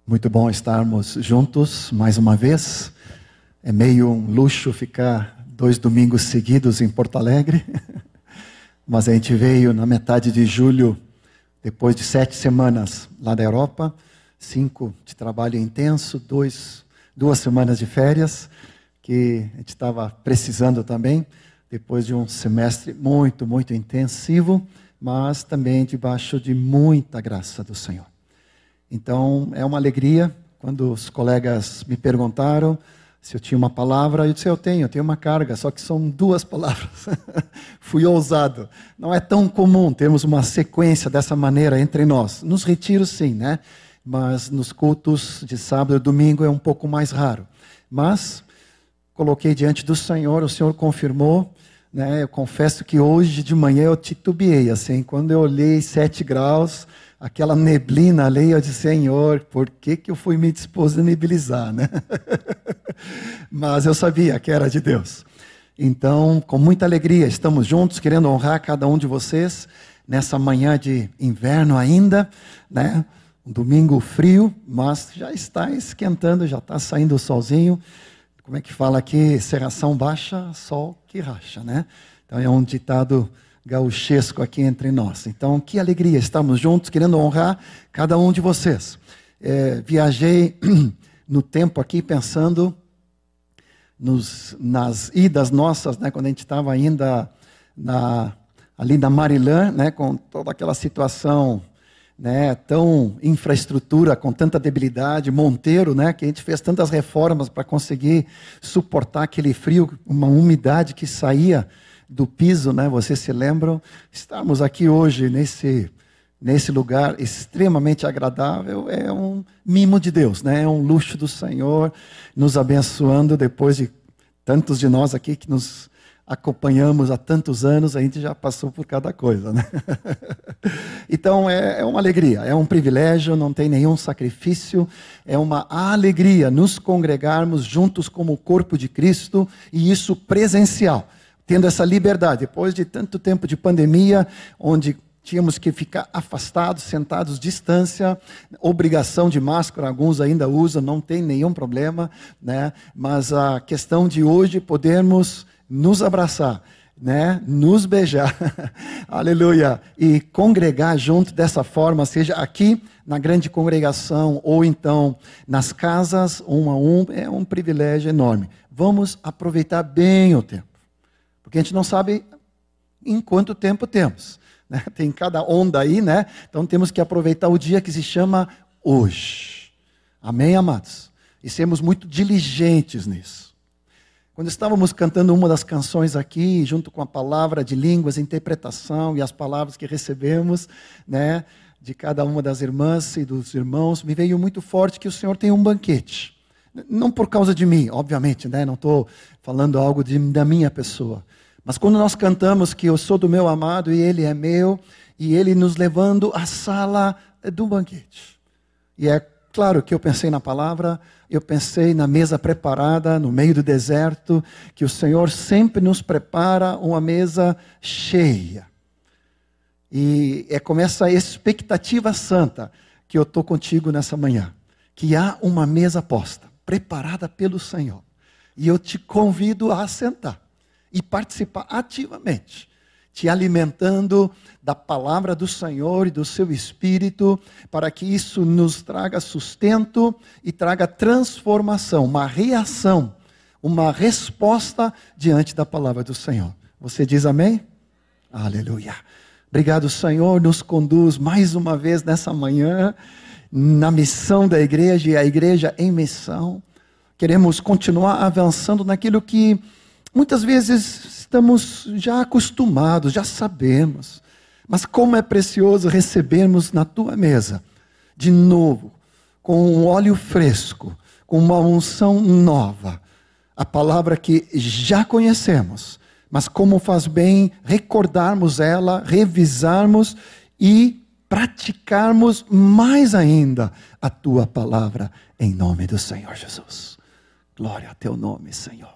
Muito bom estarmos juntos mais uma vez. É meio um luxo ficar 2 domingos seguidos em Porto Alegre. Mas a gente veio na metade de julho, depois de 7 semanas lá da Europa, 5 de trabalho intenso, 2 semanas de férias, que a gente estava precisando também, depois de um semestre muito intensivo, mas também debaixo de muita graça do Senhor. Então, é uma alegria. Quando os colegas me perguntaram se eu tinha uma palavra, eu disse, eu tenho uma carga, só que são 2 palavras. Fui ousado. Não é tão comum termos uma sequência dessa maneira entre nós. Nos retiros, sim, né? Mas nos cultos de sábado e domingo é um pouco mais raro. Mas, coloquei diante do Senhor, o Senhor confirmou, né? Eu confesso que hoje de manhã eu titubeei, assim, quando eu olhei 7 graus... aquela neblina ali, eu disse, Senhor, por que eu fui me disponibilizar, né? Mas eu sabia que era de Deus. Então, com muita alegria, estamos juntos, querendo honrar cada um de vocês, nessa manhã de inverno ainda, né? Um domingo frio, mas já está esquentando, já está saindo o solzinho. Como é que fala aqui? Serração baixa, sol que racha, né? Então, é um ditado gauchesco aqui entre nós. Então, que alegria, estamos juntos, querendo honrar cada um de vocês. Viajei no tempo aqui pensando nas idas nossas, né, quando a gente estava ainda ali na Marilã, né, com toda aquela situação, né, tão infraestrutura, com tanta debilidade, Monteiro, né, que a gente fez tantas reformas para conseguir suportar aquele frio, uma umidade que saía do piso, né? Vocês se lembram? Estamos aqui hoje nesse lugar extremamente agradável. É um mimo de Deus, né? É um luxo do Senhor nos abençoando depois de tantos de nós aqui que nos acompanhamos há tantos anos. A gente já passou por cada coisa, né? Então é uma alegria, é um privilégio, não tem nenhum sacrifício, é uma alegria nos congregarmos juntos como o corpo de Cristo, e isso presencial. Tendo essa liberdade, depois de tanto tempo de pandemia, onde tínhamos que ficar afastados, sentados, distância, obrigação de máscara, alguns ainda usam, não tem nenhum problema, né? Mas a questão de hoje podermos nos abraçar, né? Nos beijar, aleluia, e congregar junto dessa forma, seja aqui na grande congregação, ou então nas casas, um a um, é um privilégio enorme. Vamos aproveitar bem o tempo. Porque a gente não sabe em quanto tempo temos, né? Tem cada onda aí, né? Então temos que aproveitar o dia que se chama hoje. Amém, amados? E sermos muito diligentes nisso. Quando estávamos cantando uma das canções aqui, junto com a palavra de línguas, interpretação e as palavras que recebemos, né, de cada uma das irmãs e dos irmãos, me veio muito forte que o Senhor tem um banquete. Não por causa de mim, obviamente, né? Não estou falando algo da minha pessoa. Mas quando nós cantamos que eu sou do meu amado e ele é meu, e ele nos levando à sala do banquete. E é claro que eu pensei na palavra, eu pensei na mesa preparada no meio do deserto, que o Senhor sempre nos prepara uma mesa cheia. E é com essa expectativa santa que eu estou contigo nessa manhã. Que há uma mesa posta, preparada pelo Senhor. E eu te convido a sentar e participar ativamente, te alimentando da palavra do Senhor e do seu Espírito, para que isso nos traga sustento e traga transformação, uma reação, uma resposta diante da palavra do Senhor. Você diz amém? Aleluia. Obrigado, Senhor, nos conduz mais uma vez nessa manhã, na missão da igreja e a igreja em missão. Queremos continuar avançando naquilo que muitas vezes estamos já acostumados, já sabemos. Mas como é precioso recebermos na tua mesa, de novo, com um óleo fresco, com uma unção nova, a palavra que já conhecemos, mas como faz bem recordarmos ela, revisarmos e praticarmos mais ainda a tua palavra, em nome do Senhor Jesus. Glória a teu nome, Senhor.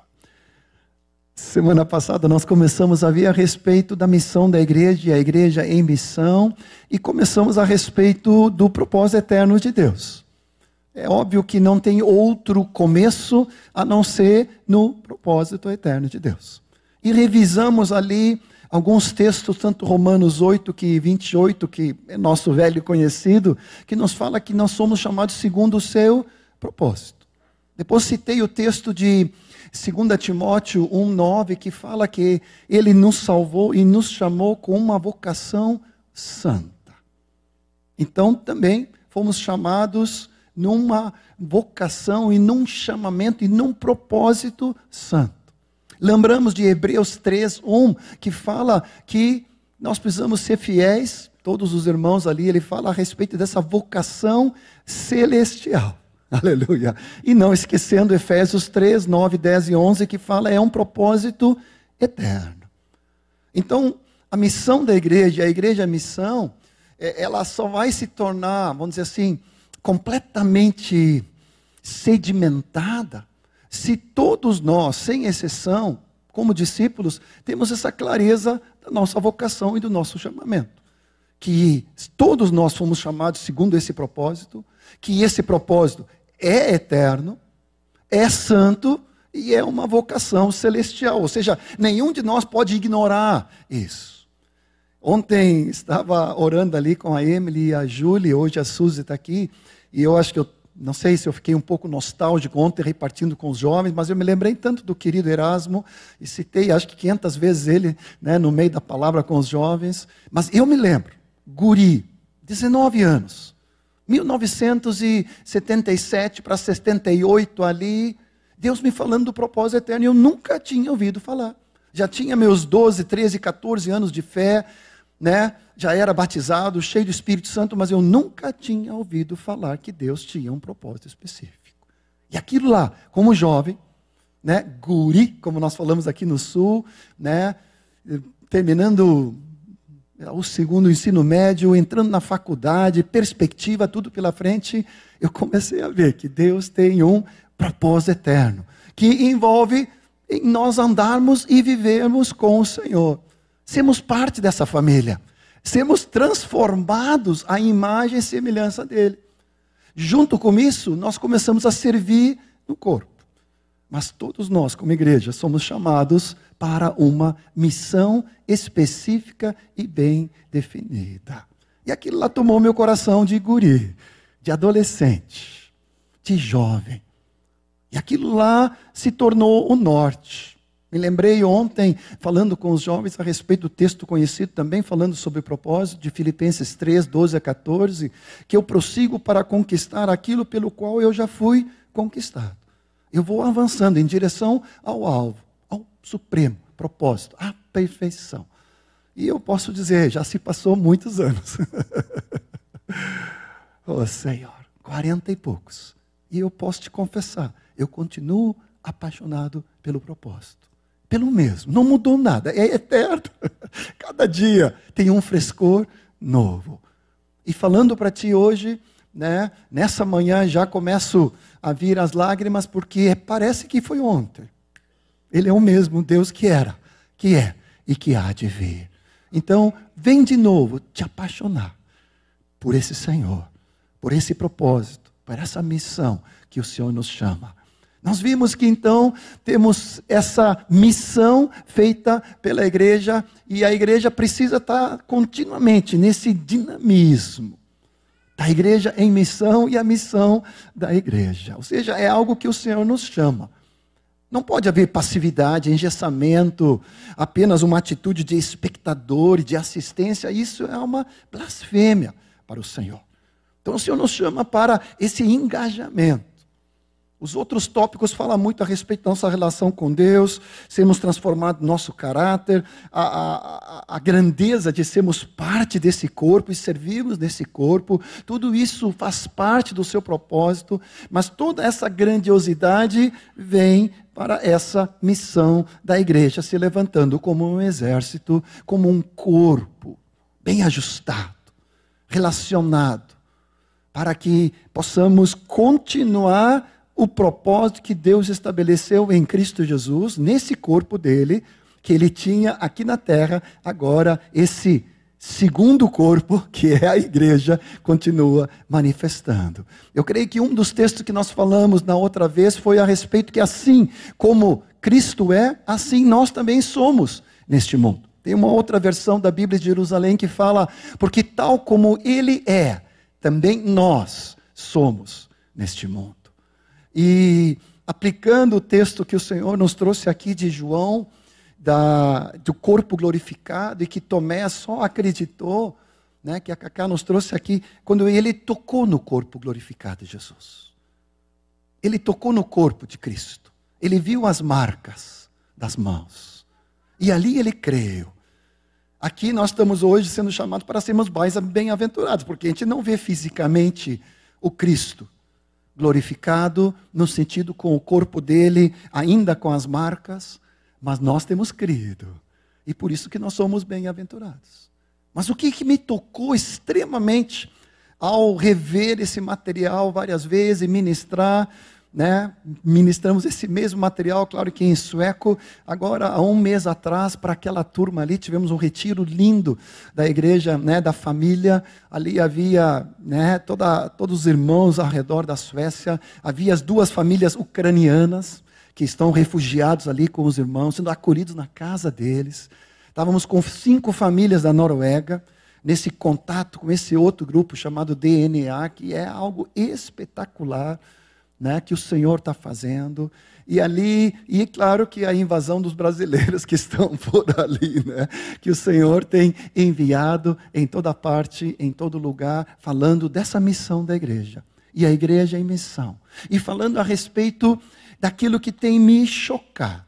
Semana passada nós começamos a ver a respeito da missão da igreja e a igreja em missão, e começamos a respeito do propósito eterno de Deus. É óbvio que não tem outro começo a não ser no propósito eterno de Deus. E revisamos ali alguns textos, tanto Romanos 8 que 28, que é nosso velho conhecido, que nos fala que nós somos chamados segundo o seu propósito. Depois citei o texto de 2 Timóteo 1,9, que fala que Ele nos salvou e nos chamou com uma vocação santa. Então também fomos chamados numa vocação e num chamamento e num propósito santo. Lembramos de Hebreus 3:1, que fala que nós precisamos ser fiéis, todos os irmãos ali, ele fala a respeito dessa vocação celestial. Aleluia. E não esquecendo Efésios 3, 9, 10 e 11, que fala é um propósito eterno. Então, a missão da igreja, a igreja é missão, ela só vai se tornar, vamos dizer assim, completamente sedimentada, se todos nós, sem exceção, como discípulos, temos essa clareza da nossa vocação e do nosso chamamento. Que todos nós fomos chamados segundo esse propósito, que esse propósito é eterno, é santo e é uma vocação celestial. Ou seja, nenhum de nós pode ignorar isso. Ontem estava orando ali com a Emily e a Julie, hoje a Suzy está aqui, e eu acho que não sei se eu fiquei um pouco nostálgico ontem repartindo com os jovens, mas eu me lembrei tanto do querido Erasmo, e citei acho que 500 vezes ele, né, no meio da palavra com os jovens, mas eu me lembro, guri, 19 anos, 1977 para 78 ali, Deus me falando do propósito eterno, e eu nunca tinha ouvido falar. Já tinha meus 12, 13, 14 anos de fé, né? Já era batizado, cheio do Espírito Santo, mas eu nunca tinha ouvido falar que Deus tinha um propósito específico. E aquilo lá, como jovem, né, guri, como nós falamos aqui no Sul, né, terminando o segundo ensino médio, entrando na faculdade, perspectiva, tudo pela frente, eu comecei a ver que Deus tem um propósito eterno, que envolve em nós andarmos e vivermos com o Senhor. Sermos parte dessa família. Sermos transformados à imagem e semelhança dele. Junto com isso, nós começamos a servir no corpo. Mas todos nós, como igreja, somos chamados para uma missão específica e bem definida. E aquilo lá tomou meu coração de guri, de adolescente, de jovem. E aquilo lá se tornou o norte. Me lembrei ontem, falando com os jovens a respeito do texto conhecido também, falando sobre o propósito de Filipenses 3, 12 a 14, que eu prossigo para conquistar aquilo pelo qual eu já fui conquistado. Eu vou avançando em direção ao alvo, ao supremo propósito, à perfeição. E eu posso dizer, já se passou muitos anos. Oh Senhor, 40 e poucos. E eu posso te confessar, eu continuo apaixonado pelo propósito. Pelo mesmo, não mudou nada, é eterno. Cada dia tem um frescor novo. E falando para ti hoje, né, nessa manhã já começo a vir as lágrimas, porque parece que foi ontem. Ele é o mesmo Deus que era, que é e que há de vir. Então, vem de novo te apaixonar por esse Senhor, por esse propósito, por essa missão que o Senhor nos chama. Nós vimos que então temos essa missão feita pela igreja, e a igreja precisa estar continuamente nesse dinamismo da igreja em missão e a missão da igreja. Ou seja, é algo que o Senhor nos chama. Não pode haver passividade, engessamento, apenas uma atitude de espectador e de assistência. Isso é uma blasfêmia para o Senhor. Então o Senhor nos chama para esse engajamento. Os outros tópicos falam muito a respeito da nossa relação com Deus, sermos transformados no nosso caráter, a grandeza de sermos parte desse corpo e servirmos nesse corpo. Tudo isso faz parte do seu propósito, mas toda essa grandiosidade vem para essa missão da igreja se levantando como um exército, como um corpo bem ajustado, relacionado, para que possamos continuar o propósito que Deus estabeleceu em Cristo Jesus, nesse corpo dele, que ele tinha aqui na terra, agora esse segundo corpo, que é a igreja, continua manifestando. Eu creio que um dos textos que nós falamos na outra vez foi a respeito que assim como Cristo é, assim nós também somos neste mundo. Tem uma outra versão da Bíblia de Jerusalém que fala, porque tal como Ele é, também nós somos neste mundo. E aplicando o texto que o Senhor nos trouxe aqui de João, do corpo glorificado, e que Tomé só acreditou, né, que a Cacá nos trouxe aqui, quando ele tocou no corpo glorificado de Jesus. Ele tocou no corpo de Cristo. Ele viu as marcas das mãos. E ali ele creu. Aqui nós estamos hoje sendo chamados para sermos mais bem-aventurados, porque a gente não vê fisicamente o Cristo glorificado, no sentido com o corpo dele, ainda com as marcas, mas nós temos crido, e por isso que nós somos bem-aventurados. Mas o que me tocou extremamente ao rever esse material várias vezes e ministrar, né? Ministramos esse mesmo material, claro que em sueco, agora há um mês atrás, para aquela turma ali, tivemos um retiro lindo da igreja, né, da família, ali havia, né, todos os irmãos ao redor da Suécia, havia as duas famílias ucranianas, que estão refugiados ali com os irmãos, sendo acolhidos na casa deles. Estávamos com 5 famílias da Noruega, nesse contato com esse outro grupo chamado DNA, que é algo espetacular, né, que o Senhor está fazendo. E ali, e claro que a invasão dos brasileiros que estão por ali, né, que o Senhor tem enviado em toda parte, em todo lugar, falando dessa missão da igreja. E a igreja em missão. E falando a respeito daquilo que tem me chocado.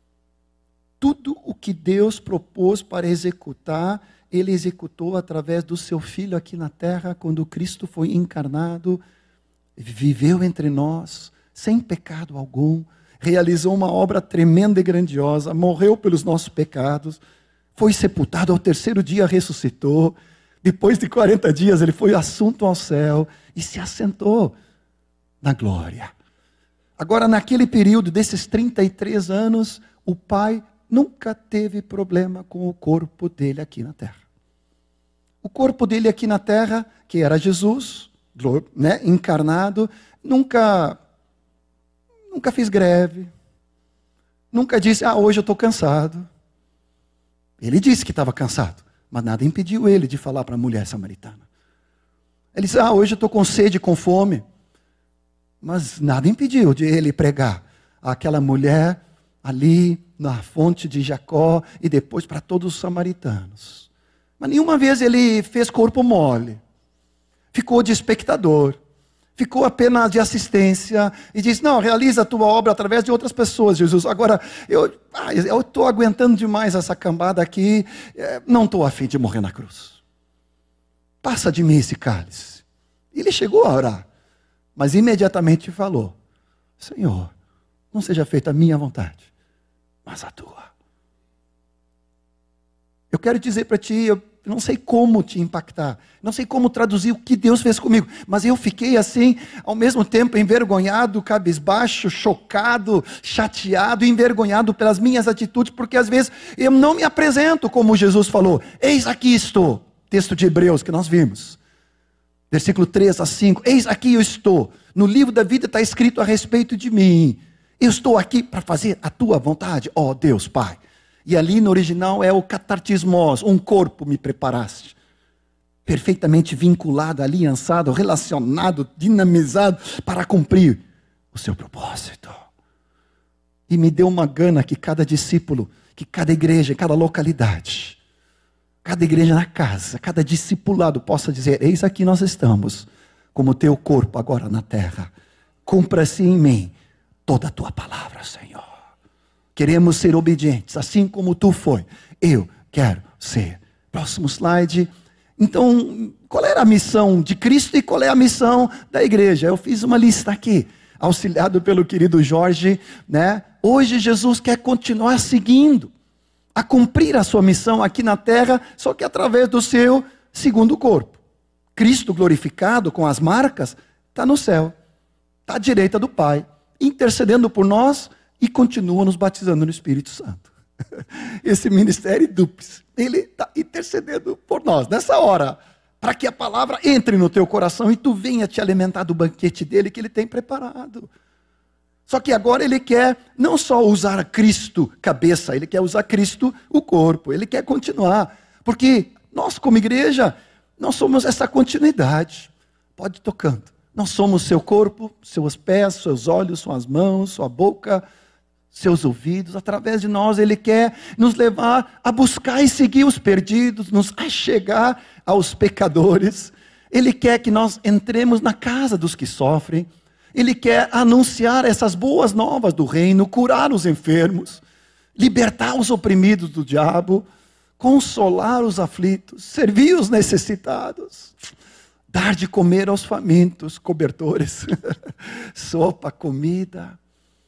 Tudo o que Deus propôs para executar, Ele executou através do seu Filho aqui na terra, quando Cristo foi encarnado, viveu entre nós, sem pecado algum, realizou uma obra tremenda e grandiosa, morreu pelos nossos pecados, foi sepultado, ao 3º dia ressuscitou, depois de 40 dias ele foi assunto ao céu e se assentou na glória. Agora, naquele período desses 33 anos, o Pai nunca teve problema com o corpo dele aqui na terra. O corpo dele aqui na terra, que era Jesus, né, encarnado, nunca fez greve, nunca disse, hoje eu estou cansado. Ele disse que estava cansado, mas nada impediu ele de falar para a mulher samaritana. Ele disse, hoje eu estou com sede, com fome. Mas nada impediu de ele pregar àquela mulher ali na fonte de Jacó e depois para todos os samaritanos. Mas nenhuma vez ele fez corpo mole, ficou de espectador, ficou apenas de assistência e disse, não, realiza a tua obra através de outras pessoas, Jesus. Agora, eu estou aguentando demais essa cambada aqui, não estou a fim de morrer na cruz. Passa de mim esse cálice. Ele chegou a orar. Mas imediatamente falou, Senhor, não seja feita a minha vontade, mas a tua. Eu quero dizer para ti, eu não sei como te impactar, não sei como traduzir o que Deus fez comigo, mas eu fiquei assim, ao mesmo tempo envergonhado, cabisbaixo, chocado, chateado, envergonhado pelas minhas atitudes, porque às vezes eu não me apresento como Jesus falou, eis aqui estou, texto de Hebreus que nós vimos. Versículo 3 a 5, eis aqui eu estou, no livro da vida está escrito a respeito de mim, eu estou aqui para fazer a tua vontade, ó Deus Pai. E ali no original é o catartismos, um corpo me preparaste, perfeitamente vinculado, aliançado, relacionado, dinamizado para cumprir o seu propósito. E me deu uma gana que cada discípulo, que cada igreja, cada localidade, cada igreja na casa, cada discipulado possa dizer, eis aqui nós estamos, como teu corpo agora na terra. Cumpra-se em mim toda a tua palavra, Senhor. Queremos ser obedientes, assim como tu foi. Eu quero ser. Próximo slide. Então, qual era a missão de Cristo e qual é a missão da igreja? Eu fiz uma lista aqui, auxiliado pelo querido Jorge, né? Hoje Jesus quer continuar seguindo, a cumprir a sua missão aqui na terra, só que através do seu segundo corpo. Cristo glorificado com as marcas, está no céu, está à direita do Pai, intercedendo por nós e continua nos batizando no Espírito Santo. Esse ministério dupes, ele está intercedendo por nós, nessa hora, para que a palavra entre no teu coração e tu venha te alimentar do banquete dele que ele tem preparado. Só que agora ele quer não só usar Cristo cabeça, ele quer usar Cristo o corpo, ele quer continuar, porque nós como igreja, nós somos essa continuidade. Pode ir tocando. Nós somos seu corpo, seus pés, seus olhos, suas mãos, sua boca, seus ouvidos. Através de nós ele quer nos levar a buscar e seguir os perdidos, nos achegar aos pecadores. Ele quer que nós entremos na casa dos que sofrem. Ele quer anunciar essas boas novas do reino, curar os enfermos, libertar os oprimidos do diabo, consolar os aflitos, servir os necessitados, dar de comer aos famintos, cobertores, sopa, comida,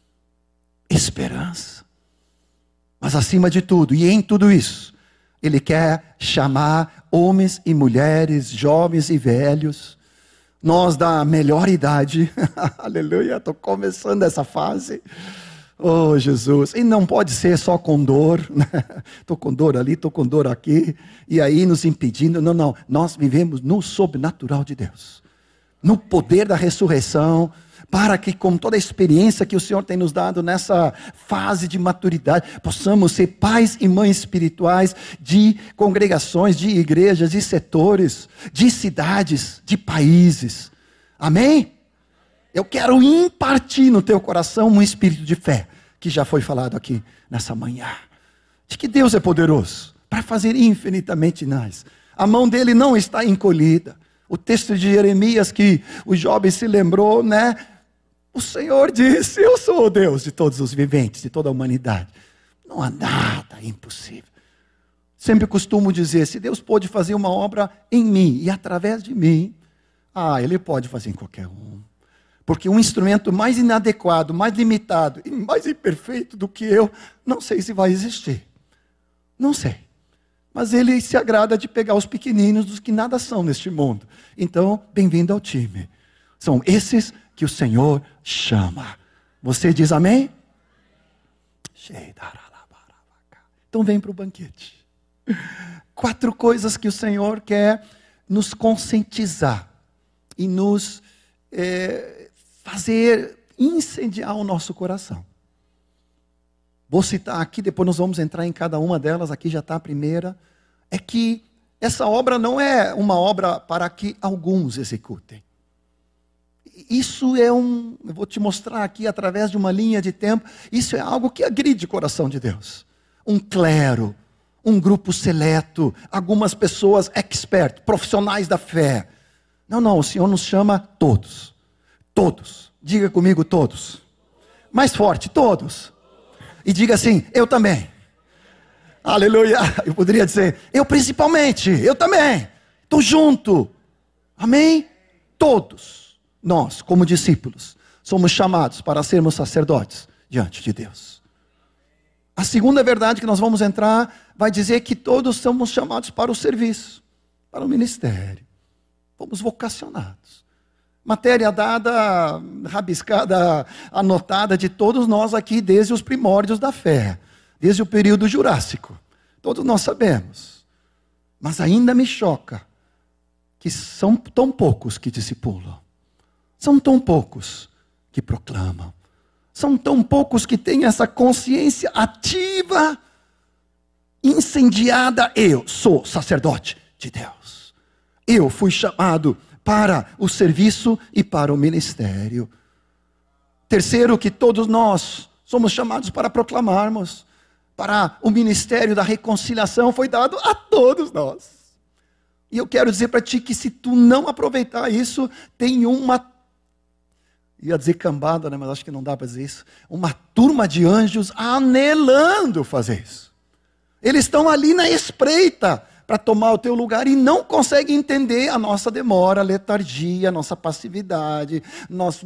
esperança. Mas acima de tudo, e em tudo isso, ele quer chamar homens e mulheres, jovens e velhos, nós da melhor idade, aleluia, estou começando essa fase, oh Jesus, e não pode ser só com dor, estou com dor ali, estou com dor aqui, e aí nos impedindo, não, nós vivemos no sobrenatural de Deus, no poder da ressurreição, para que com toda a experiência que o Senhor tem nos dado nessa fase de maturidade, possamos ser pais e mães espirituais de congregações, de igrejas, de setores, de cidades, de países. Amém? Eu quero impartir no teu coração um espírito de fé, que já foi falado aqui nessa manhã, de que Deus é poderoso para fazer infinitamente mais. A mão dele não está encolhida. O texto de Jeremias que o jovem se lembrou, né? O Senhor disse, eu sou o Deus de todos os viventes, de toda a humanidade. Não há nada impossível. Sempre costumo dizer, se Deus pode fazer uma obra em mim e através de mim, Ele pode fazer em qualquer um. Porque um instrumento mais inadequado, mais limitado e mais imperfeito do que eu, não sei se vai existir. Não sei. Mas Ele se agrada de pegar os pequeninos dos que nada são neste mundo. Então, bem-vindo ao time. São esses que o Senhor chama. Você diz amém? Então vem para o banquete. 4 coisas que o Senhor quer nos conscientizar e nos fazer incendiar o nosso coração. Vou citar aqui, depois nós vamos entrar em cada uma delas, aqui já está a primeira. É que essa obra não é uma obra para que alguns executem. Isso eu vou te mostrar aqui através de uma linha de tempo, isso é algo que agride o coração de Deus. Um clero, um grupo seleto, algumas pessoas expert, profissionais da fé. Não, o Senhor nos chama todos. Todos. Diga comigo todos. Mais forte, todos. E diga assim, eu também. Aleluia. Eu poderia dizer, eu principalmente, eu também. Estou junto. Amém? Todos. Nós, como discípulos, somos chamados para sermos sacerdotes diante de Deus. A segunda verdade que nós vamos entrar, vai dizer que todos somos chamados para o serviço, para o ministério. Fomos vocacionados. Matéria dada, rabiscada, anotada de todos nós aqui, desde os primórdios da fé, desde o período jurássico. Todos nós sabemos. Mas ainda me choca que são tão poucos que discipulam. São tão poucos que proclamam. São tão poucos que têm essa consciência ativa, incendiada. Eu sou sacerdote de Deus. Eu fui chamado para o serviço e para o ministério. Terceiro, que todos nós somos chamados para proclamarmos. Para o ministério da reconciliação foi dado a todos nós. E eu quero dizer para ti que se tu não aproveitar isso, tem uma... ia dizer cambada, né? Mas acho que não dá para dizer isso. Uma turma de anjos anelando fazer isso. Eles estão ali na espreita para tomar o teu lugar e não conseguem entender a nossa demora, a letargia, a nossa passividade, nosso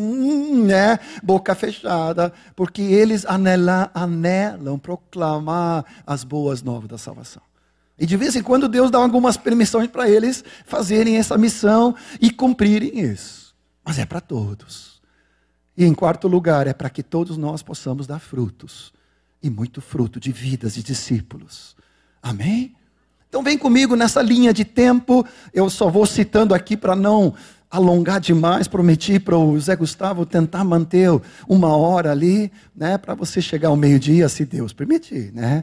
boca fechada, porque eles anelam proclamar as boas novas da salvação. E de vez em quando Deus dá algumas permissões para eles fazerem essa missão e cumprirem isso. Mas é para todos. E em quarto lugar, é para que todos nós possamos dar frutos e muito fruto de vidas de discípulos. Amém? Então vem comigo nessa linha de tempo. Eu só vou citando aqui para não alongar demais. Prometi para o Zé Gustavo tentar manter 1 hora ali, né, para você chegar ao meio-dia, se Deus permitir, né,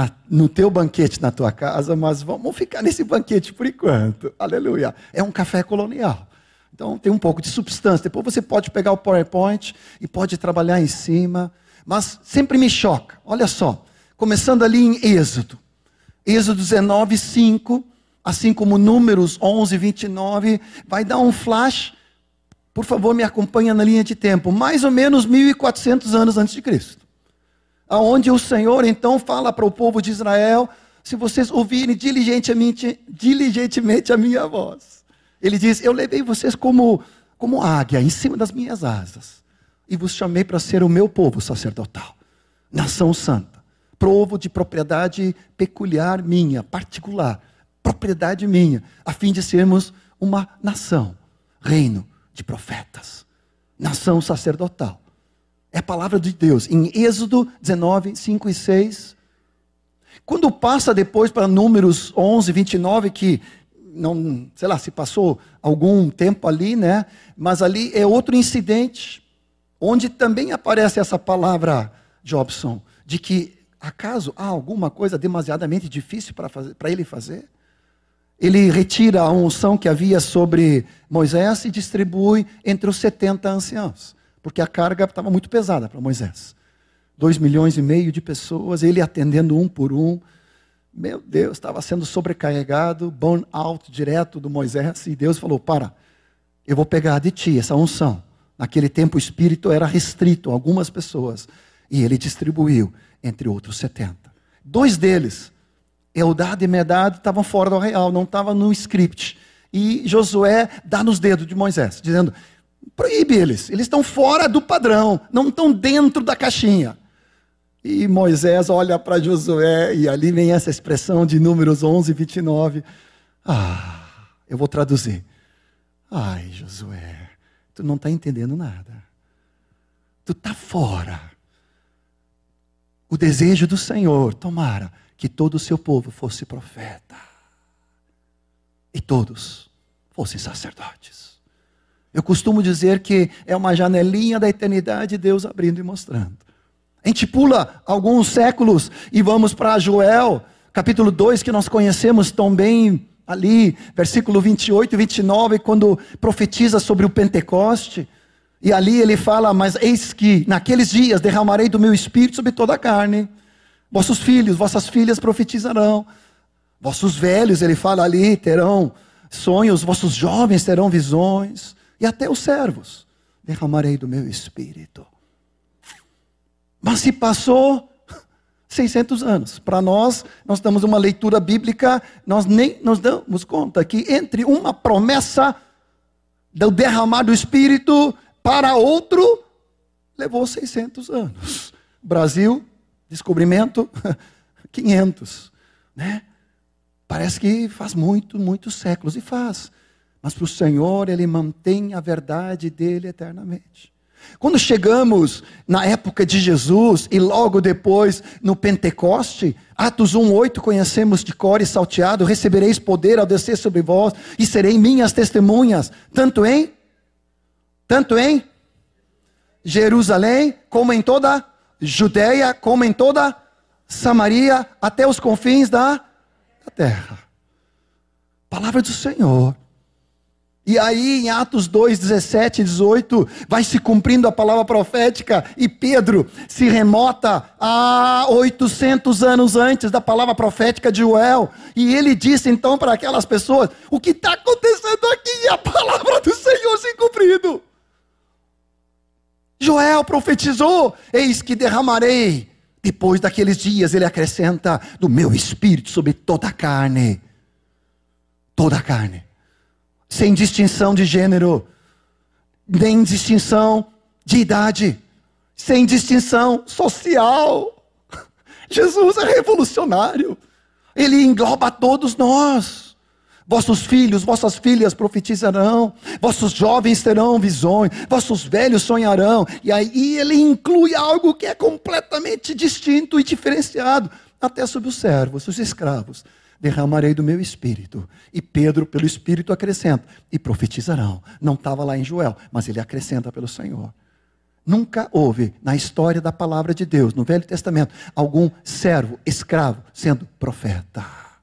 no teu banquete na tua casa, mas vamos ficar nesse banquete por enquanto. Aleluia. É um café colonial. Então tem um pouco de substância. Depois você pode pegar o PowerPoint e pode trabalhar em cima. Mas sempre me choca. Olha só. Começando ali em Êxodo. Êxodo 19, 5. Assim como Números 11, 29. Vai dar um flash. Por favor, me acompanha na linha de tempo. Mais ou menos 1400 anos antes de Cristo. Aonde o Senhor então fala para o povo de Israel: se vocês ouvirem diligentemente a minha voz. Ele diz: eu levei vocês como águia em cima das minhas asas, e vos chamei para ser o meu povo sacerdotal, nação santa, povo de propriedade peculiar minha, particular, propriedade minha, a fim de sermos uma nação, reino de profetas, nação sacerdotal. É a palavra de Deus, em Êxodo 19, 5 e 6. Quando passa depois para Números 11, 29, que não, sei lá, se passou algum tempo ali, né? Mas ali é outro incidente, onde também aparece essa palavra, Jobson, de que acaso há alguma coisa demasiadamente difícil para ele fazer? Ele retira a unção que havia sobre Moisés e distribui entre os 70 anciãos, porque a carga estava muito pesada para Moisés. 2,5 milhões de pessoas, ele atendendo um por um. Meu Deus, estava sendo sobrecarregado, burn out direto do Moisés, e Deus falou: para, eu vou pegar de ti essa unção. Naquele tempo o Espírito era restrito a algumas pessoas, e ele distribuiu entre outros 70. 2 deles, Eldad e Medad, estavam fora do arraial, não estavam no script. E Josué dá nos dedos de Moisés, dizendo: proíbe eles estão fora do padrão, não estão dentro da caixinha. E Moisés olha para Josué, e ali vem essa expressão de Números 11, 29. Eu vou traduzir. Ai, Josué, tu não está entendendo nada. Tu está fora. O desejo do Senhor, tomara que todo o seu povo fosse profeta. E todos fossem sacerdotes. Eu costumo dizer que é uma janelinha da eternidade, Deus abrindo e mostrando. A gente pula alguns séculos e vamos para Joel, capítulo 2, que nós conhecemos tão bem ali, versículo 28 e 29, quando profetiza sobre o Pentecoste. E ali ele fala: mas eis que naqueles dias derramarei do meu espírito sobre toda a carne. Vossos filhos, vossas filhas profetizarão. Vossos velhos, ele fala ali, terão sonhos. Vossos jovens terão visões. E até os servos derramarei do meu espírito. Mas se passou 600 anos. Para nós damos uma leitura bíblica, nós nem nos damos conta que entre uma promessa do derramar do Espírito para outro, levou 600 anos. Brasil, descobrimento, 500. Né? Parece que faz muitos séculos, e faz. Mas para o Senhor, Ele mantém a verdade dEle eternamente. Quando chegamos na época de Jesus e logo depois no Pentecoste, Atos 1:8, conhecemos de cor e salteado: recebereis poder ao descer sobre vós e serei minhas testemunhas, tanto em Jerusalém, como em toda Judeia, como em toda Samaria, até os confins da terra. Palavra do Senhor. E aí em Atos 2, 17 e 18, vai se cumprindo a palavra profética, e Pedro se remota a 800 anos antes da palavra profética de Joel, e ele disse então para aquelas pessoas: o que está acontecendo aqui é a palavra do Senhor se cumprindo. Joel profetizou: eis que derramarei, depois daqueles dias, ele acrescenta, do meu espírito sobre toda a carne. Toda a carne. Sem distinção de gênero, nem distinção de idade, sem distinção social. Jesus é revolucionário. Ele engloba todos nós. Vossos filhos, vossas filhas profetizarão, vossos jovens terão visões, vossos velhos sonharão. E aí ele inclui algo que é completamente distinto e diferenciado. Até sobre os servos, os escravos, derramarei do meu espírito. E Pedro, pelo espírito, acrescenta, e profetizarão. Não estava lá em Joel, mas ele acrescenta pelo Senhor. Nunca houve na história da palavra de Deus, no Velho Testamento, algum servo, escravo, sendo profeta.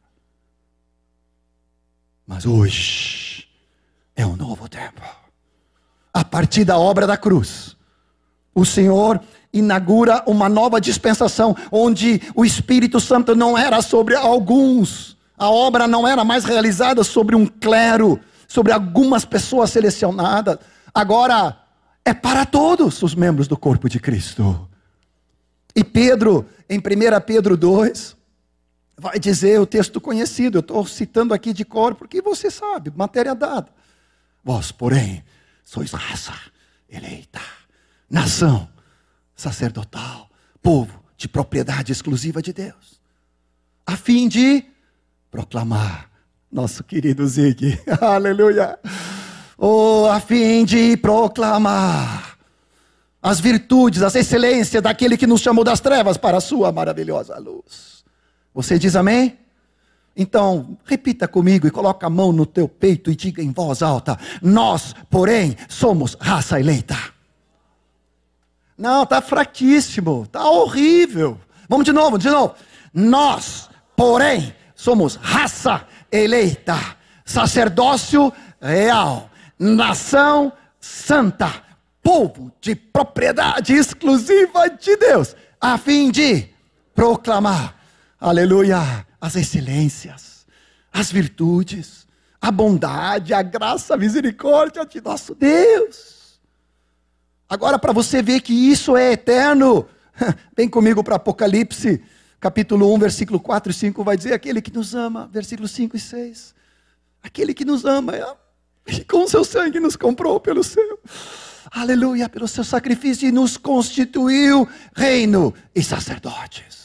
Mas hoje é um novo tempo. A partir da obra da cruz, o Senhor inaugura uma nova dispensação, onde o Espírito Santo não era sobre alguns. A obra não era mais realizada sobre um clero, sobre algumas pessoas selecionadas. Agora é para todos os membros do corpo de Cristo. E Pedro, em 1 Pedro 2, vai dizer o texto conhecido, eu estou citando aqui de cor, porque você sabe, matéria dada. Vós, porém, sois raça eleita, nação sacerdotal, povo de propriedade exclusiva de Deus, a fim de proclamar, nosso querido Zig, aleluia, a fim de proclamar as virtudes, as excelências daquele que nos chamou das trevas para a sua maravilhosa luz. Você diz amém? Então, repita comigo e coloca a mão no teu peito e diga em voz alta: nós, porém, somos raça eleita. Não, está fraquíssimo, está horrível. Vamos de novo. Nós, porém, somos raça eleita, sacerdócio real, nação santa, povo de propriedade exclusiva de Deus, a fim de proclamar, aleluia, as excelências, as virtudes, a bondade, a graça, a misericórdia de nosso Deus. Agora, para você ver que isso é eterno, vem comigo para Apocalipse, capítulo 1, versículo 4 e 5, vai dizer: aquele que nos ama, versículos 5 e 6, aquele que nos ama, com o seu sangue nos comprou pelo seu, aleluia, pelo seu sacrifício, e nos constituiu reino e sacerdotes.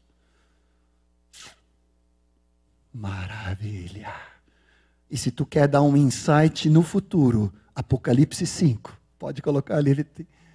Maravilha. E se tu quer dar um insight no futuro, Apocalipse 5, pode colocar ali,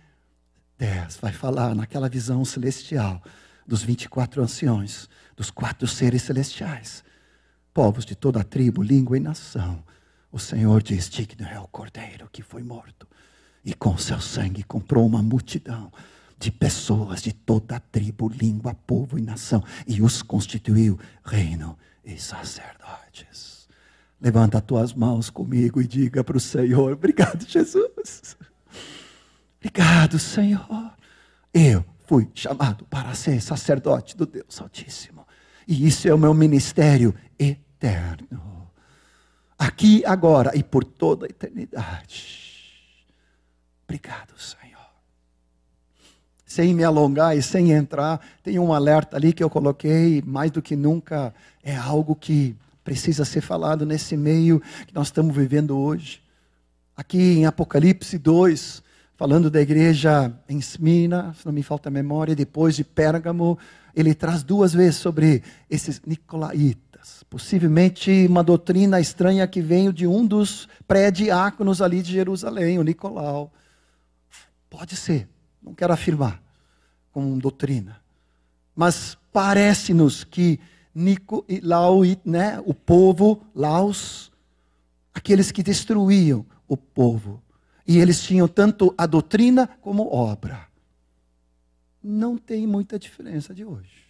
10, vai falar naquela visão celestial, dos 24 anciões, dos 4 seres celestiais, povos de toda a tribo, língua e nação. O Senhor diz: digno é o Cordeiro que foi morto, e com seu sangue comprou uma multidão de pessoas de toda a tribo, língua, povo e nação, e os constituiu reino e sacerdotes. Levanta as tuas mãos comigo e diga para o Senhor: obrigado, Jesus. Obrigado, Senhor. Eu fui chamado para ser sacerdote do Deus Altíssimo. E isso é o meu ministério eterno. Aqui, agora e por toda a eternidade. Obrigado, Senhor. Sem me alongar e sem entrar, tem um alerta ali que eu coloquei, mais do que nunca, é algo que precisa ser falado nesse meio que nós estamos vivendo hoje. Aqui em Apocalipse 2, falando da igreja em Esmina, se não me falta a memória, depois de Pérgamo, ele traz 2 vezes sobre esses nicolaítas. Possivelmente uma doutrina estranha que veio de um dos pré-diáconos ali de Jerusalém, o Nicolau. Pode ser, não quero afirmar como doutrina. Mas parece-nos que Nicolau, né, o povo, Laos, aqueles que destruíam o povo. E eles tinham tanto a doutrina como obra. Não tem muita diferença de hoje.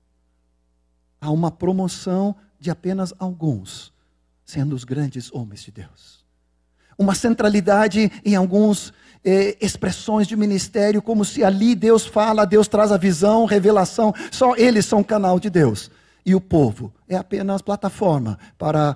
Há uma promoção de apenas alguns, sendo os grandes homens de Deus. Uma centralidade em algumas expressões de ministério, como se ali Deus fala, Deus traz a visão, revelação, só eles são canal de Deus. E o povo é apenas plataforma para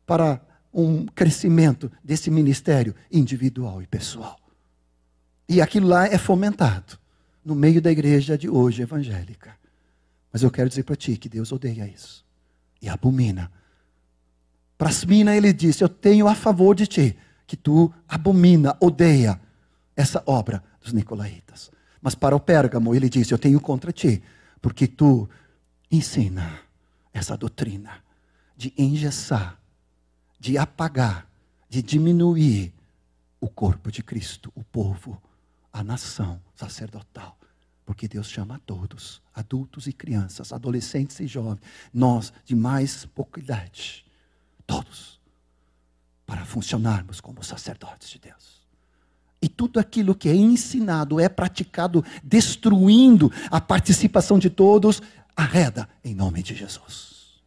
um crescimento desse ministério individual e pessoal. E aquilo lá é fomentado no meio da igreja de hoje evangélica. Mas eu quero dizer para ti que Deus odeia isso e abomina. Para Esmina ele disse: eu tenho a favor de ti que tu abomina, odeia essa obra dos nicolaítas. Mas para o Pérgamo ele disse: eu tenho contra ti, porque tu ensina essa doutrina de engessar de apagar, de diminuir o corpo de Cristo, o povo, a nação sacerdotal. Porque Deus chama a todos, adultos e crianças, adolescentes e jovens, nós de mais pouca idade, todos, para funcionarmos como sacerdotes de Deus. E tudo aquilo que é ensinado, é praticado, destruindo a participação de todos, arreda em nome de Jesus.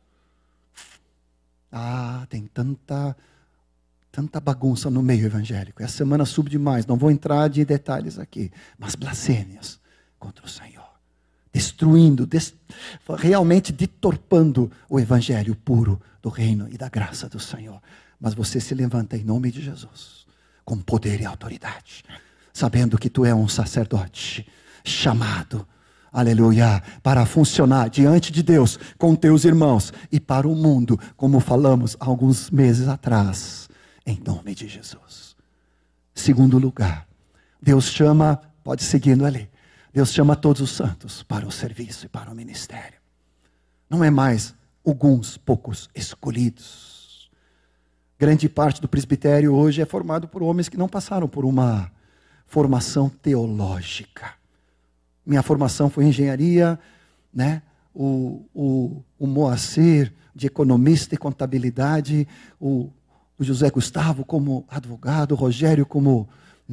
Tem tanta bagunça no meio evangélico. Essa semana soube demais, não vou entrar de detalhes aqui, mas blasfêmias contra o Senhor, destruindo, realmente deturpando o evangelho puro do reino e da graça do Senhor. Mas você se levanta em nome de Jesus, com poder e autoridade, sabendo que tu é um sacerdote chamado, aleluia, para funcionar diante de Deus, com teus irmãos e para o mundo, como falamos alguns meses atrás, em nome de Jesus. Segundo lugar, Deus chama, pode seguindo ali, Deus chama todos os santos para o serviço e para o ministério. Não é mais alguns poucos escolhidos. Grande parte do presbitério hoje é formado por homens que não passaram por uma formação teológica. Minha formação foi em engenharia, né? O Moacir, de economista e contabilidade, o José Gustavo como advogado, o Rogério como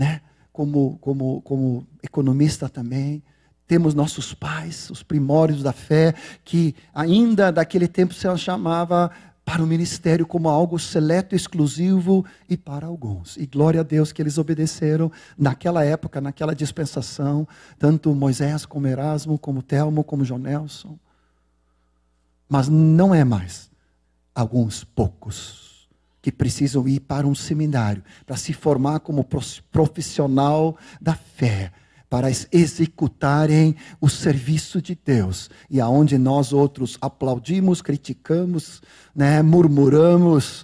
economista também. Temos nossos pais, os primórdios da fé, que ainda daquele tempo se chamava para o ministério como algo seleto, exclusivo e para alguns. E glória a Deus que eles obedeceram naquela época, naquela dispensação, tanto Moisés como Erasmo, como Telmo, como João Nelson. Mas não é mais alguns poucos que precisam ir para um seminário, para se formar como profissional da fé, para executarem o serviço de Deus. E aonde nós outros aplaudimos, criticamos, né, murmuramos.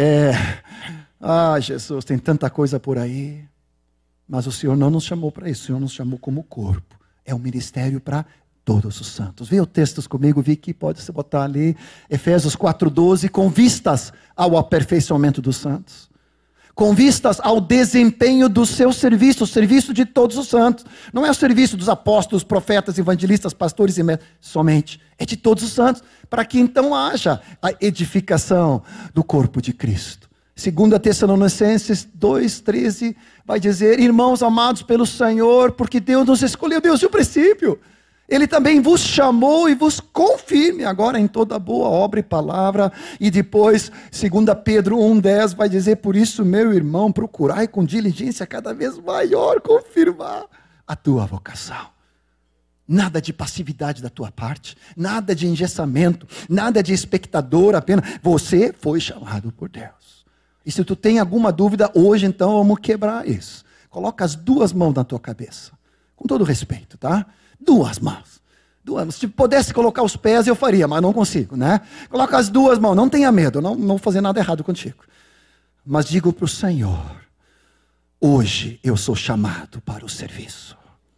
Jesus, tem tanta coisa por aí. Mas o Senhor não nos chamou para isso, o Senhor nos chamou como corpo. É um ministério para todos os santos. Vê o texto comigo, Vicky, pode se botar ali. Efésios 4:12, com vistas ao aperfeiçoamento dos santos. Com vistas ao desempenho do seu serviço, o serviço de todos os santos. Não é o serviço dos apóstolos, profetas, evangelistas, pastores e mestres, somente. É de todos os santos, para que então haja a edificação do corpo de Cristo. 2 Tessalonicenses 2:13 vai dizer: irmãos amados pelo Senhor, porque Deus nos escolheu, Deus de um princípio. Ele também vos chamou e vos confirme agora em toda boa obra e palavra. E depois, 2 Pedro 1:10 vai dizer: por isso, meu irmão, procurai com diligência cada vez maior confirmar a tua vocação. Nada de passividade da tua parte, nada de engessamento, nada de espectador apenas. Você foi chamado por Deus. E se tu tem alguma dúvida, hoje então vamos quebrar isso. Coloca as duas mãos na tua cabeça, com todo respeito, tá? Duas mãos. Se pudesse colocar os pés, eu faria, mas não consigo, né? Coloca as duas mãos, não tenha medo, não vou fazer nada errado contigo. Mas digo para o Senhor: hoje eu sou chamado para o serviço.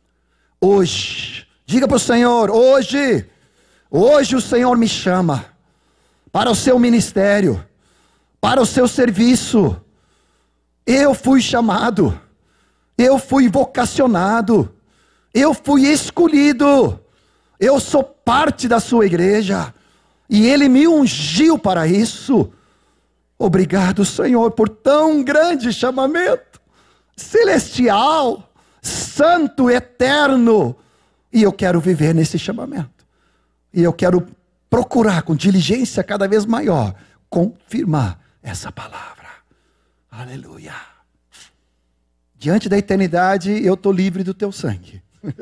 Hoje, diga para o Senhor: hoje o Senhor me chama para o seu ministério, para o seu serviço. Eu fui chamado, eu fui vocacionado, eu fui escolhido, eu sou parte da sua igreja, e Ele me ungiu para isso. Obrigado, Senhor, por tão grande chamamento, celestial, santo, eterno, e eu quero viver nesse chamamento, e eu quero procurar com diligência cada vez maior, confirmar essa palavra. Aleluia. Diante da eternidade, eu estou livre do teu sangue.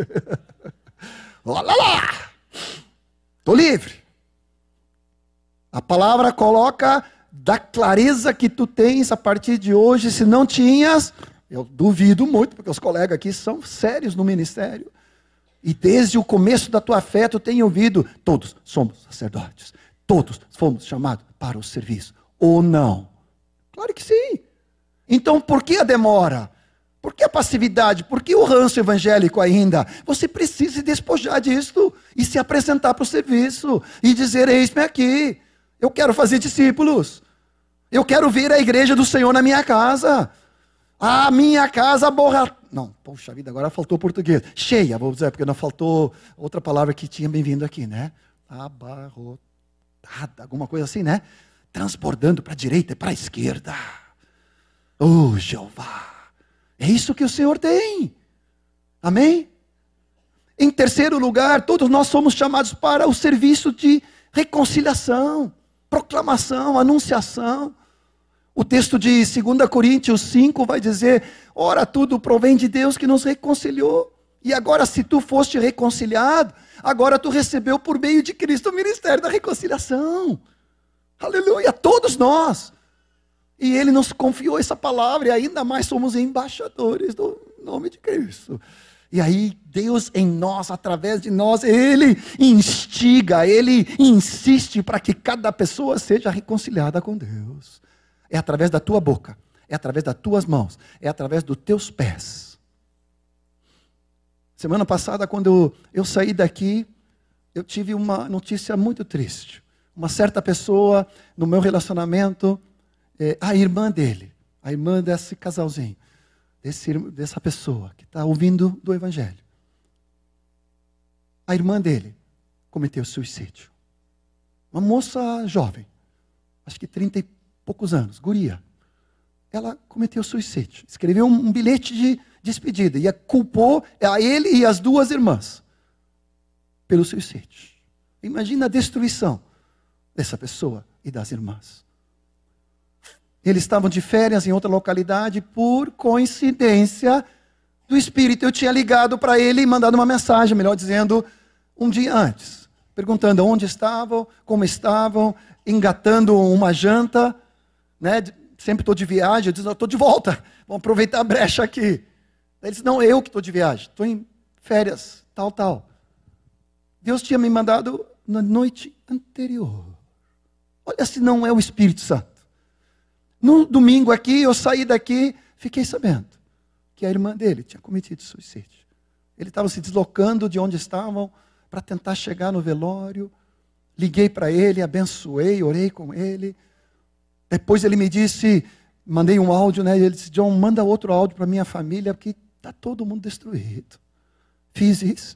Olha lá, estou livre. A palavra coloca da clareza que tu tens a partir de hoje. Se não tinhas, eu duvido muito, porque os colegas aqui são sérios no ministério, e desde o começo da tua fé tu tem ouvido: todos somos sacerdotes, todos fomos chamados para o serviço, ou não? Claro que sim. Então por que a demora? Por que a passividade? Por que o ranço evangélico ainda? Você precisa se despojar disso e se apresentar para o serviço e dizer: eis-me aqui, eu quero fazer discípulos, Eu quero ver a igreja do Senhor na minha casa. A minha casa Não, poxa vida, agora faltou português. Cheia, vou dizer, porque não faltou outra palavra que tinha bem vindo aqui, né? Abarrotada, alguma coisa assim, né? Transbordando para a direita e para a esquerda. Oh, Jeová. É isso que o Senhor tem. Amém? Em terceiro lugar, todos nós somos chamados para o serviço de reconciliação, proclamação, anunciação. O texto de 2 Coríntios 5 vai dizer: ora, tudo provém de Deus que nos reconciliou. E agora, se tu foste reconciliado, agora tu recebeu por meio de Cristo o ministério da reconciliação. Aleluia, todos nós. E Ele nos confiou essa palavra, e ainda mais somos embaixadores do nome de Cristo. E aí, Deus em nós, através de nós, Ele instiga, Ele insiste para que cada pessoa seja reconciliada com Deus. É através da tua boca, é através das tuas mãos, é através dos teus pés. Semana passada, quando eu saí daqui, eu tive uma notícia muito triste. Uma certa pessoa, no meu relacionamento, a irmã dele, a irmã desse casalzinho, dessa pessoa que está ouvindo do Evangelho. A irmã dele cometeu suicídio. Uma moça jovem, acho que 30 e poucos anos, guria. Ela cometeu suicídio. Escreveu um bilhete de despedida e culpou a ele e as duas irmãs pelo suicídio. Imagina a destruição dessa pessoa e das irmãs. Eles estavam de férias em outra localidade, por coincidência do Espírito. Eu tinha ligado para ele e mandado uma mensagem, melhor dizendo, um dia antes, perguntando onde estavam, como estavam, engatando uma janta, né? Sempre estou de viagem. Eu disse: estou de volta, vamos aproveitar a brecha aqui. Ele disse: não, eu que estou de viagem, estou em férias, tal. Deus tinha me mandado na noite anterior. Olha se não é o Espírito Santo. No domingo aqui, eu saí daqui, fiquei sabendo que a irmã dele tinha cometido suicídio. Ele estava se deslocando de onde estavam para tentar chegar no velório. Liguei para ele, abençoei, orei com ele. Depois ele me disse, mandei um áudio, né? Ele disse: John, manda outro áudio para minha família, porque está todo mundo destruído. Fiz isso.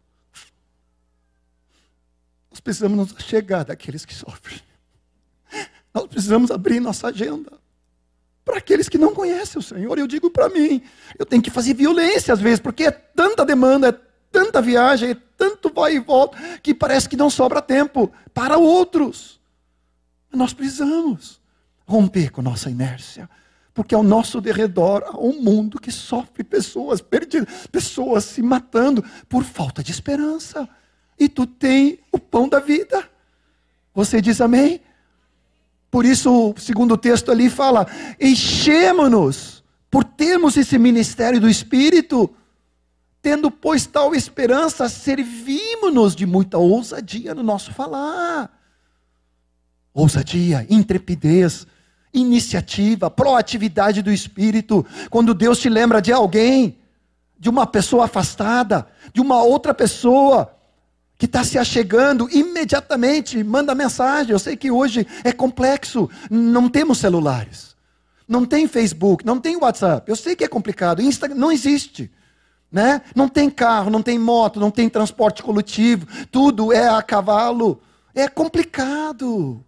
Nós precisamos nos chegar daqueles que sofrem. Nós precisamos abrir nossa agenda para aqueles que não conhecem o Senhor. Eu digo para mim, eu tenho que fazer violência às vezes, porque é tanta demanda, é tanta viagem, é tanto vai e volta, que parece que não sobra tempo para outros. Nós precisamos romper com nossa inércia, porque ao nosso derredor há um mundo que sofre, pessoas perdidas, pessoas se matando por falta de esperança. E tu tem o pão da vida. Você diz amém? Por isso, o segundo texto ali fala: enchemo-nos por termos esse ministério do Espírito, tendo, pois, tal esperança, servimos-nos de muita ousadia no nosso falar. Ousadia, intrepidez, iniciativa, proatividade do Espírito. Quando Deus te lembra de alguém, de uma pessoa afastada, de uma outra pessoa que está se achegando, imediatamente manda mensagem. Eu sei que hoje é complexo, não temos celulares, não tem Facebook, não tem WhatsApp. Eu sei que é complicado, Instagram não existe, né? Não tem carro, não tem moto, não tem transporte coletivo, tudo é a cavalo, é complicado.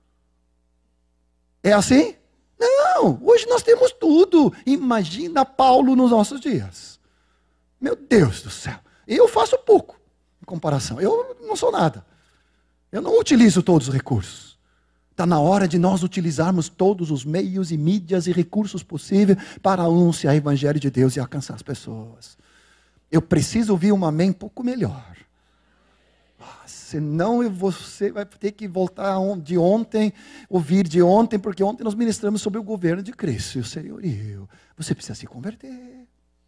É assim? Não, hoje nós temos tudo. Imagina Paulo nos nossos dias. Meu Deus do céu, eu faço pouco em comparação, eu não sou nada, eu não utilizo todos os recursos. Está na hora de nós utilizarmos todos os meios e mídias e recursos possíveis para anunciar o Evangelho de Deus e alcançar as pessoas. Eu preciso ouvir um amém um pouco melhor. Senão você vai ter que voltar de ontem, ouvir de ontem, porque ontem nós ministramos sobre o governo de Cristo e o senhorio. Você precisa se converter.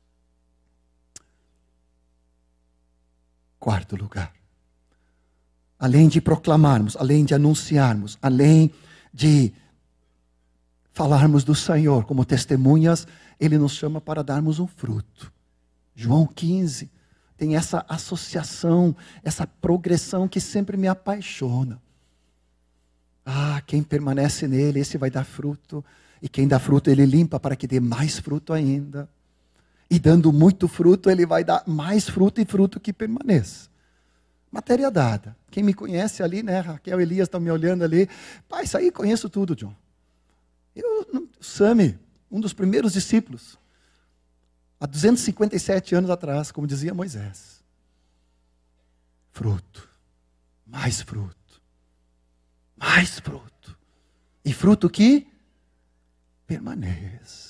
Quarto lugar. Além de proclamarmos, além de anunciarmos, além de falarmos do Senhor como testemunhas, Ele nos chama para darmos um fruto. João 15 tem essa associação, essa progressão que sempre me apaixona. Quem permanece nele, esse vai dar fruto. E quem dá fruto, ele limpa para que dê mais fruto ainda. E dando muito fruto, ele vai dar mais fruto e fruto que permaneça. Matéria dada. Quem me conhece ali, né? Raquel, Elias estão me olhando ali. Pai, isso aí conheço tudo, John. Sami, um dos primeiros discípulos, há 257 anos atrás, como dizia Moisés. Fruto. Mais fruto. Mais fruto. E fruto que permaneça.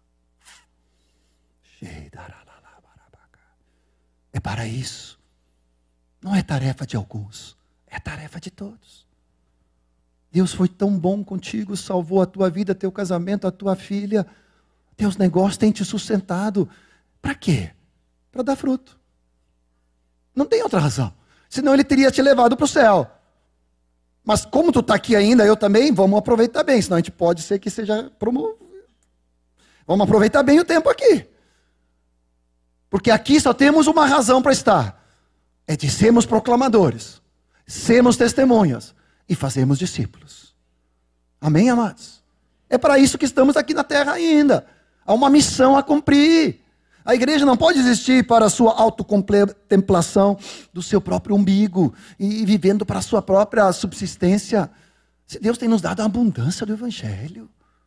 É para isso. Não é tarefa de alguns, é tarefa de todos. Deus foi tão bom contigo, salvou a tua vida, teu casamento, a tua filha. Teus negócios têm te sustentado. Para quê? Para dar fruto. Não tem outra razão. Senão ele teria te levado para o céu. Mas como tu está aqui ainda, eu também, vamos aproveitar bem. Senão a gente pode ser que seja promovido. Vamos aproveitar bem o tempo aqui. Porque aqui só temos uma razão para estar. É de sermos proclamadores, sermos testemunhas e fazermos discípulos. Amém, amados? É para isso que estamos aqui na terra ainda. Há uma missão a cumprir. A igreja não pode existir para a sua autocontemplação do seu próprio umbigo e vivendo para a sua própria subsistência. Se Deus tem nos dado a abundância do Evangelho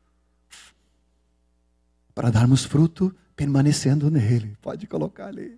para darmos fruto permanecendo nele. Pode colocar ali.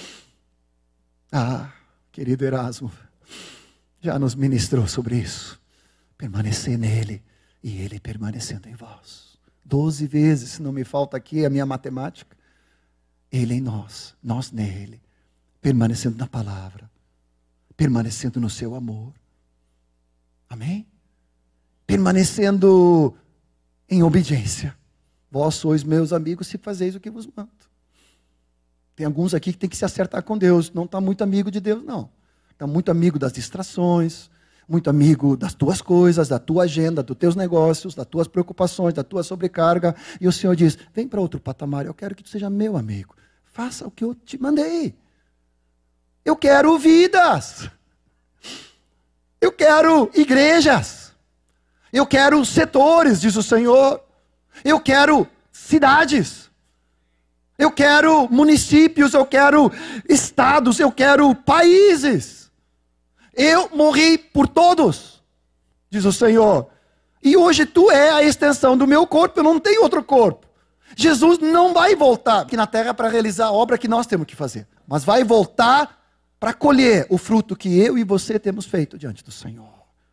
Querido Erasmo, já nos ministrou sobre isso. Permanecer nele e ele permanecendo em vós. 12 vezes, se não me falta aqui a minha matemática. Ele em nós, nós nele. Permanecendo na palavra. Permanecendo no seu amor. Amém? Permanecendo em obediência. Vós sois meus amigos se fazeis o que vos mando. Tem alguns aqui que tem que se acertar com Deus. Não está muito amigo de Deus, não. Está muito amigo das distrações, muito amigo das tuas coisas, da tua agenda, dos teus negócios, das tuas preocupações, da tua sobrecarga. E o Senhor diz, vem para outro patamar, eu quero que tu seja meu amigo. Faça o que eu te mandei. Eu quero vidas. Eu quero igrejas. Eu quero setores, diz o Senhor. Eu quero cidades. Eu quero municípios, eu quero estados, eu quero países. Eu morri por todos, diz o Senhor. E hoje tu é a extensão do meu corpo, eu não tenho outro corpo. Jesus não vai voltar aqui na terra para realizar a obra que nós temos que fazer. Mas vai voltar para colher o fruto que eu e você temos feito diante do Senhor.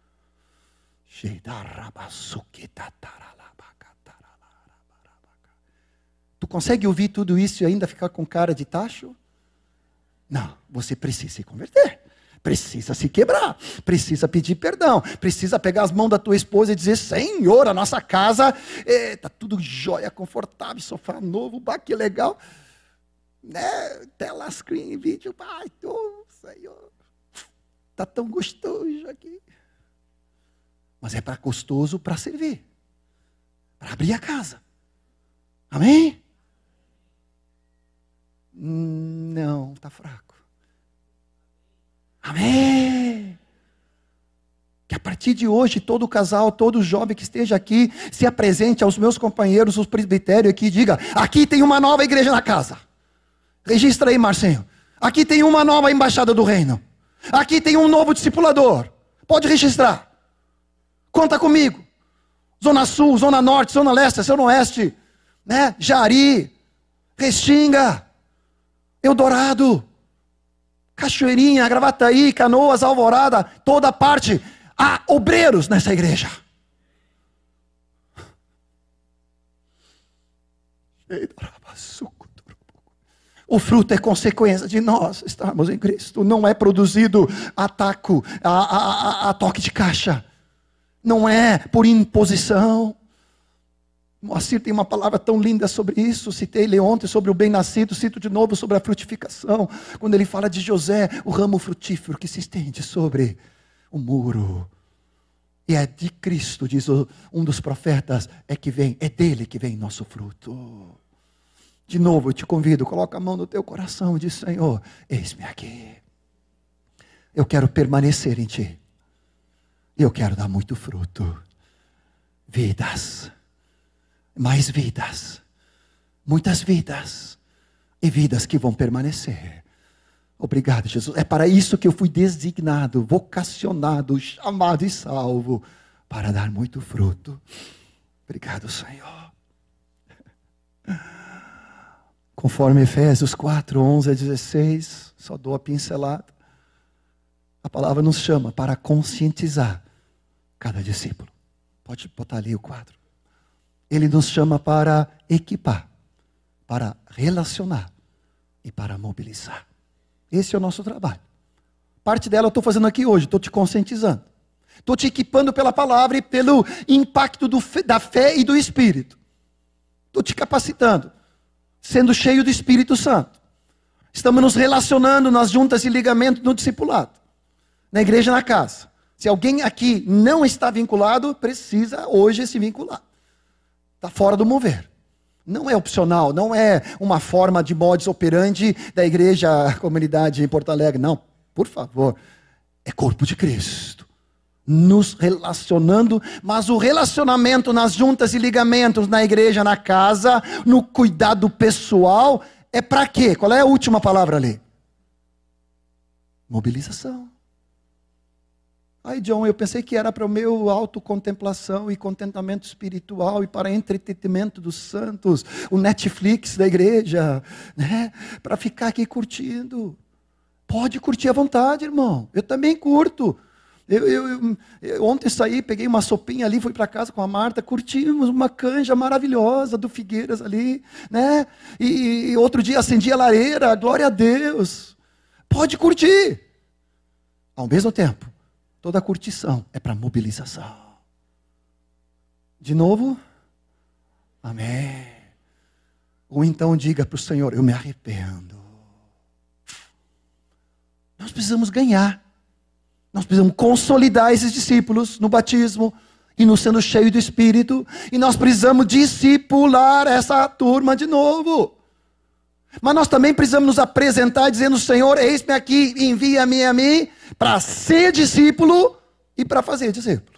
Tu consegue ouvir tudo isso e ainda ficar com cara de tacho? Não, você precisa se converter. Precisa se quebrar, precisa pedir perdão, precisa pegar as mãos da tua esposa e dizer, Senhor, a nossa casa está tudo jóia, confortável, sofá novo, que legal, né? Tela screen, vídeo, Senhor, está tão gostoso aqui. Mas é para gostoso para servir, para abrir a casa. Amém? Não, está fraco. Amém. Que a partir de hoje, todo casal, todo jovem que esteja aqui, se apresente aos meus companheiros, os presbitérios aqui, e diga, aqui tem uma nova igreja na casa. Registra aí, Marcinho. Aqui tem uma nova embaixada do reino. Aqui tem um novo discipulador. Pode registrar. Conta comigo. Zona Sul, Zona Norte, Zona Leste, Zona Oeste, né? Jari, Restinga, Eldorado, Cachoeirinha, Gravataí, Canoas, Alvorada, toda parte. Há obreiros nessa igreja. O fruto é consequência de nós estarmos em Cristo. Não é produzido a taco, a toque de caixa. Não é por imposição. Moacir tem uma palavra tão linda sobre isso. Citei ele ontem sobre o bem-nascido. Cito de novo sobre a frutificação. Quando ele fala de José, o ramo frutífero que se estende sobre o muro. E é de Cristo, diz um dos profetas, é dele que vem nosso fruto. De novo, eu te convido, coloca a mão no teu coração e diz, Senhor, eis-me aqui. Eu quero permanecer em Ti. Eu quero dar muito fruto. Vidas. Mais vidas. Muitas vidas. E vidas que vão permanecer. Obrigado, Jesus. É para isso que eu fui designado, vocacionado, chamado e salvo. Para dar muito fruto. Obrigado, Senhor. Conforme Efésios 4, 11 a 16, só dou a pincelada. A palavra nos chama para conscientizar cada discípulo. Pode botar ali o quadro. Ele nos chama para equipar, para relacionar e para mobilizar. Esse é o nosso trabalho. Parte dela eu estou fazendo aqui hoje, estou te conscientizando. Estou te equipando pela palavra e pelo impacto da fé e do Espírito. Estou te capacitando, sendo cheio do Espírito Santo. Estamos nos relacionando nas juntas e ligamentos no discipulado. Na igreja, na casa. Se alguém aqui não está vinculado, precisa hoje se vincular. Está fora do mover. Não é opcional, não é uma forma de modus operandi da igreja, comunidade em Porto Alegre. Não, por favor. É corpo de Cristo. Nos relacionando, mas o relacionamento nas juntas e ligamentos, na igreja, na casa, no cuidado pessoal, é para quê? Qual é a última palavra ali? Mobilização. Ai, John, eu pensei que era para o meu autocontemplação e contentamento espiritual e para entretenimento dos santos, o Netflix da igreja, né? Para ficar aqui curtindo. Pode curtir à vontade, irmão. Eu também curto. Eu ontem saí, peguei uma sopinha ali, fui para casa com a Marta, curtimos uma canja maravilhosa do Figueiras ali, né? E outro dia acendi a lareira, glória a Deus. Pode curtir. Ao mesmo tempo, toda curtição é para mobilização. De novo? Amém. Ou então diga para o Senhor, eu me arrependo. Nós precisamos ganhar. Nós precisamos consolidar esses discípulos no batismo e no sendo cheio do Espírito. E nós precisamos discipular essa turma de novo. Mas nós também precisamos nos apresentar dizendo, Senhor, eis-me aqui, envia-me a mim para ser discípulo e para fazer discípulo.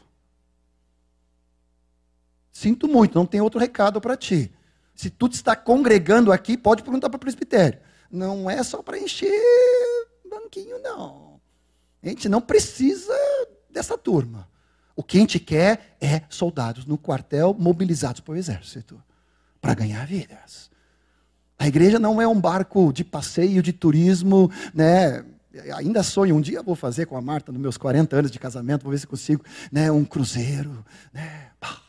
Sinto muito, não tem outro recado para ti. Se tu está congregando aqui, pode perguntar para o presbitério. Não é só para encher banquinho, não. A gente não precisa dessa turma. O que a gente quer é soldados no quartel mobilizados para o exército, para ganhar vidas. A igreja não é um barco de passeio, de turismo, né? Ainda sonho, um dia vou fazer com a Marta, nos meus 40 anos de casamento, vou ver se consigo, né? Um cruzeiro, né?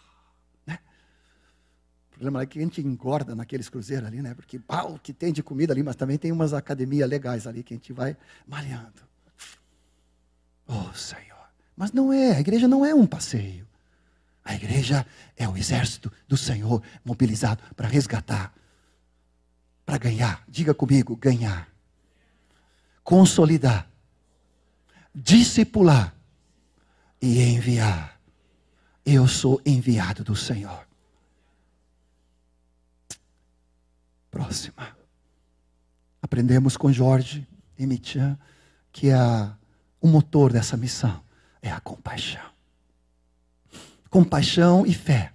O problema é que a gente engorda naqueles cruzeiros ali, né? Porque o que tem de comida ali, mas também tem umas academias legais ali que a gente vai malhando. Oh, Senhor. Mas não é, a igreja não é um passeio. A igreja é o exército do Senhor mobilizado para resgatar, para ganhar. Diga comigo, ganhar. Consolidar. Discipular. E enviar. Eu sou enviado do Senhor. Próxima. Aprendemos com Jorge e Mitian que o motor dessa missão é a compaixão. Compaixão e fé.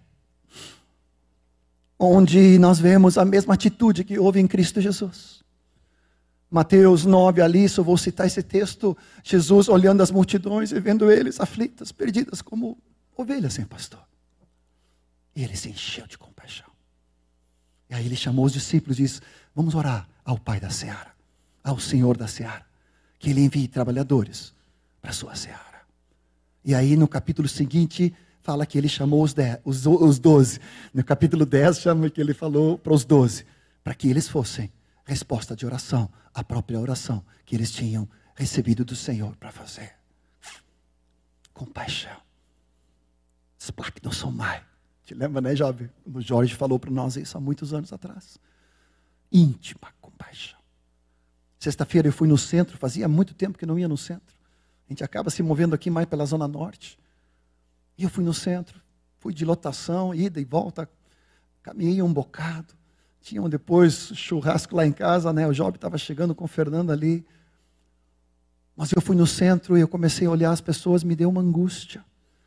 Onde nós vemos a mesma atitude que houve em Cristo Jesus. Mateus 9, ali, só vou citar esse texto. Jesus olhando as multidões e vendo eles aflitas, perdidas como ovelhas sem pastor. E ele se encheu de compaixão. E aí ele chamou os discípulos e disse, vamos orar ao Pai da Seara, ao Senhor da Seara, que ele envie trabalhadores para a sua seara. E aí no capítulo seguinte, fala que ele chamou os 12. No capítulo 10, chama que ele falou para os 12, para que eles fossem resposta de oração, a própria oração que eles tinham recebido do Senhor para fazer. Compaixão. Splacnosomai. Te lembra, né, jovem? O Jorge falou para nós isso há muitos anos atrás. Íntima compaixão. Sexta-feira eu fui no centro, fazia muito tempo que não ia no centro. A gente acaba se movendo aqui mais pela Zona Norte. E eu fui no centro, fui de lotação, ida e volta, caminhei um bocado. Tinham depois churrasco lá em casa, né? O Job estava chegando com o Fernando ali. Mas eu fui no centro e eu comecei a olhar as pessoas, me deu uma angústia.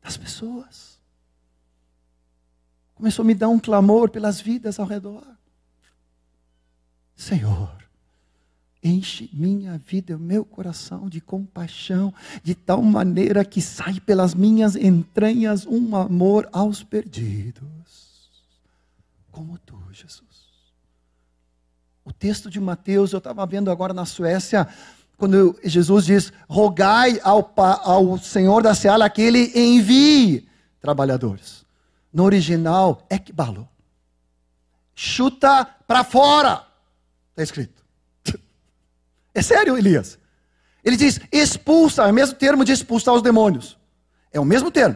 as pessoas. Começou a me dar um clamor pelas vidas ao redor. Senhor, enche minha vida e o meu coração de compaixão, de tal maneira que sai pelas minhas entranhas um amor aos perdidos, como tu, Jesus. O texto de Mateus, eu estava vendo agora na Suécia, quando Jesus diz, rogai ao Senhor da Seara que Ele envie trabalhadores. No original, ekbalo. Chuta para fora. Está escrito. É sério, Elias. Ele diz, expulsa, é o mesmo termo de expulsar os demônios. É o mesmo termo.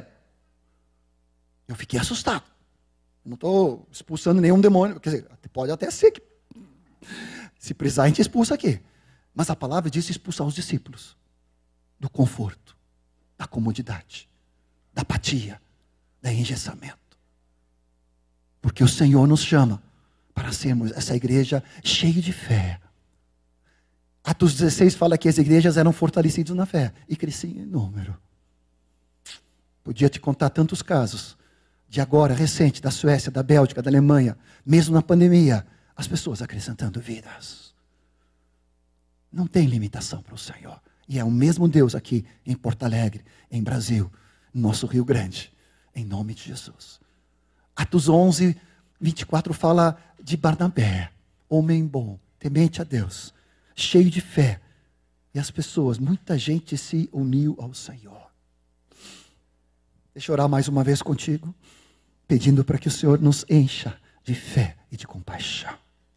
Eu fiquei assustado. Não estou expulsando nenhum demônio. Quer dizer, pode até ser que, se precisar, a gente expulsa aqui. Mas a palavra diz expulsar os discípulos. Do conforto, da comodidade, da apatia, do engessamento. Porque o Senhor nos chama para sermos essa igreja cheia de fé. Atos 16 fala que as igrejas eram fortalecidas na fé e cresciam em número. Podia te contar tantos casos de agora, recente, da Suécia, da Bélgica, da Alemanha, mesmo na pandemia, as pessoas acrescentando vidas. Não tem limitação para o Senhor. E é o mesmo Deus aqui em Porto Alegre, em Brasil, no nosso Rio Grande, em nome de Jesus. Atos 11, 24 fala de Barnabé, homem bom, temente a Deus, cheio de fé. E as pessoas, muita gente se uniu ao Senhor. Deixa eu orar mais uma vez contigo, pedindo para que o Senhor nos encha de fé e de compaixão.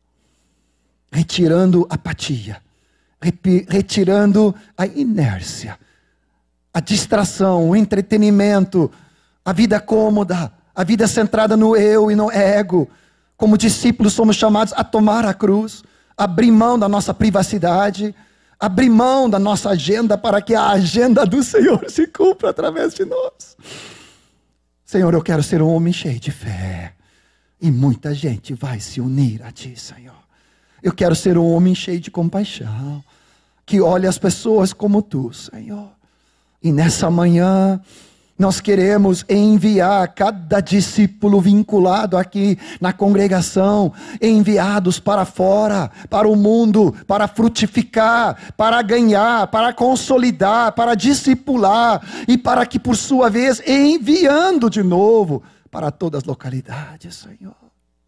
Retirando a apatia, retirando a inércia, a distração, o entretenimento, a vida cômoda, a vida centrada no eu e no ego. Como discípulos somos chamados a tomar a cruz, abrir mão da nossa privacidade, abrir mão da nossa agenda para que a agenda do Senhor se cumpra através de nós. Senhor, eu quero ser um homem cheio de fé. E muita gente vai se unir a Ti, Senhor. Eu quero ser um homem cheio de compaixão, que olhe as pessoas como Tu, Senhor. E nessa manhã, nós queremos enviar cada discípulo vinculado aqui na congregação, enviados para fora, para o mundo, para frutificar, para ganhar, para consolidar, para discipular, e para que por sua vez, enviando de novo para todas as localidades, Senhor.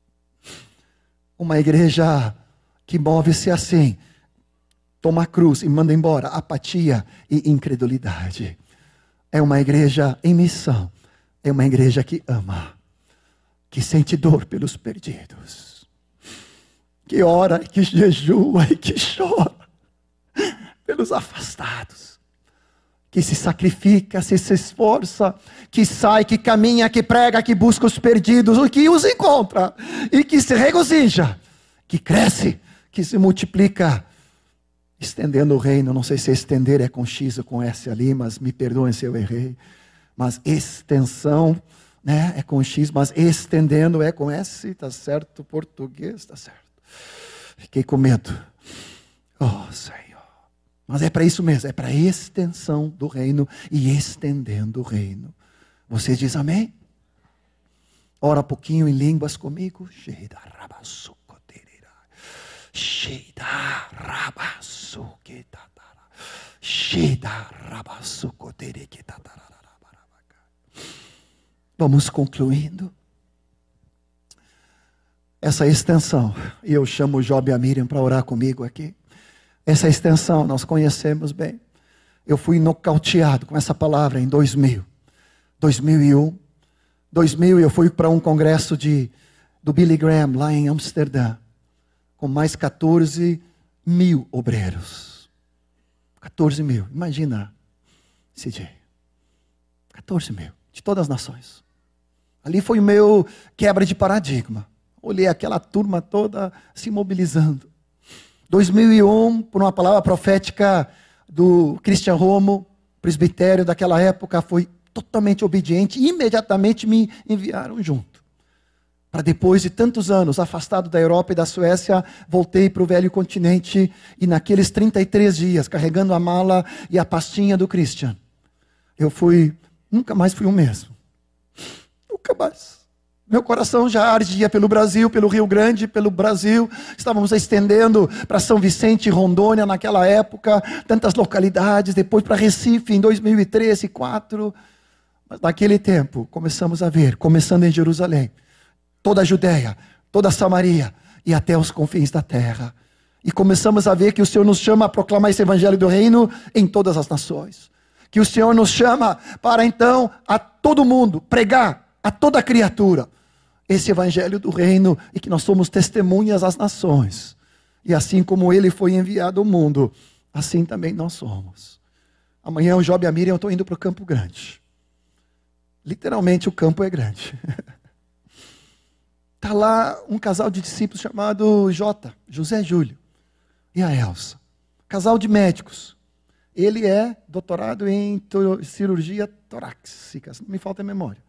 Uma igreja que move-se assim, toma a cruz e manda embora apatia e incredulidade. É uma igreja em missão. É uma igreja que ama, que sente dor pelos perdidos, que ora, que jejua e que chora pelos afastados, que se sacrifica, se esforça, que sai, que caminha, que prega, que busca os perdidos, que os encontra e que se regozija, que cresce, que se multiplica, estendendo o reino. Não sei se estender é com X ou com S ali, mas me perdoem se eu errei. Mas extensão, né, é com X, mas estendendo é com S, tá certo? Português, tá certo. Fiquei com medo. Oh, Senhor. Mas é para isso mesmo, é para extensão do reino e estendendo o reino. Você diz amém? Ora um pouquinho em línguas comigo. Vamos concluindo essa extensão. E eu chamo o Job e a Miriam para orar comigo aqui. Essa extensão nós conhecemos bem. Eu fui nocauteado com essa palavra em 2000. 2001. 2000 eu fui para um congresso do Billy Graham lá em Amsterdã. Com mais 14 mil obreiros. 14 mil. Imagina, CJ. 14 mil. De todas as nações. Ali foi o meu quebra de paradigma. Olhei aquela turma toda se mobilizando. 2001, por uma palavra profética do Christian Romo, presbitério daquela época, foi totalmente obediente. E imediatamente me enviaram junto. Para depois de tantos anos, afastado da Europa e da Suécia, voltei para o velho continente. E naqueles 33 dias, carregando a mala e a pastinha do Christian, eu fui Nunca mais fui o mesmo. Nunca mais. Meu coração já ardia pelo Brasil, pelo Rio Grande, pelo Brasil. Estávamos estendendo para São Vicente e Rondônia naquela época, tantas localidades, depois para Recife em 2013, 2004. Mas naquele tempo começamos a ver, começando em Jerusalém, toda a Judéia, toda a Samaria e até os confins da terra. E começamos a ver que o Senhor nos chama a proclamar esse evangelho do reino em todas as nações. Que o Senhor nos chama para então a todo mundo pregar a toda criatura esse evangelho do reino e que nós somos testemunhas às nações. E assim como ele foi enviado ao mundo, assim também nós somos. Amanhã o Job e a Miriam estão indo para o Campo Grande. Literalmente o campo é grande. Está lá um casal de discípulos chamado José Júlio e a Elsa. Casal de médicos. Ele é doutorado em cirurgia torácica, se não me falta a memória.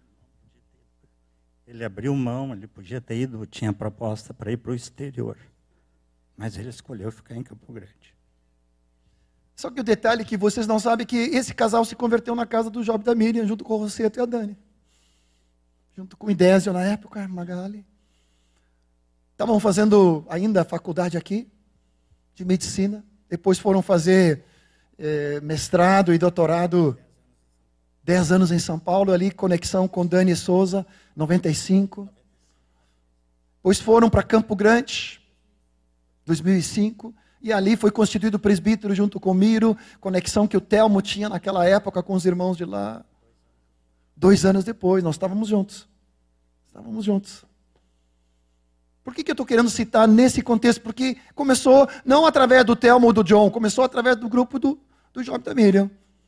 Ele abriu mão, ele podia ter ido, tinha proposta para ir para o exterior. Mas ele escolheu ficar em Campo Grande. Só que o detalhe é que vocês não sabem que esse casal se converteu na casa do Job e da Miriam, junto com o Rosseto e a Dani. Junto com o Idésio na época, Magali. Estavam fazendo ainda a faculdade aqui, de medicina. Depois foram fazer mestrado e doutorado 10 anos em São Paulo, ali, conexão com Dani Souza, 95. Depois foram para Campo Grande, 2005. E ali foi constituído o presbítero junto com o Miro, conexão que o Telmo tinha naquela época com os irmãos de lá. 2 anos depois, nós estávamos juntos. Estávamos juntos. Por que eu estou querendo citar nesse contexto? Porque começou não através do Telmo ou do John, começou através do grupo do Job e da Miriam.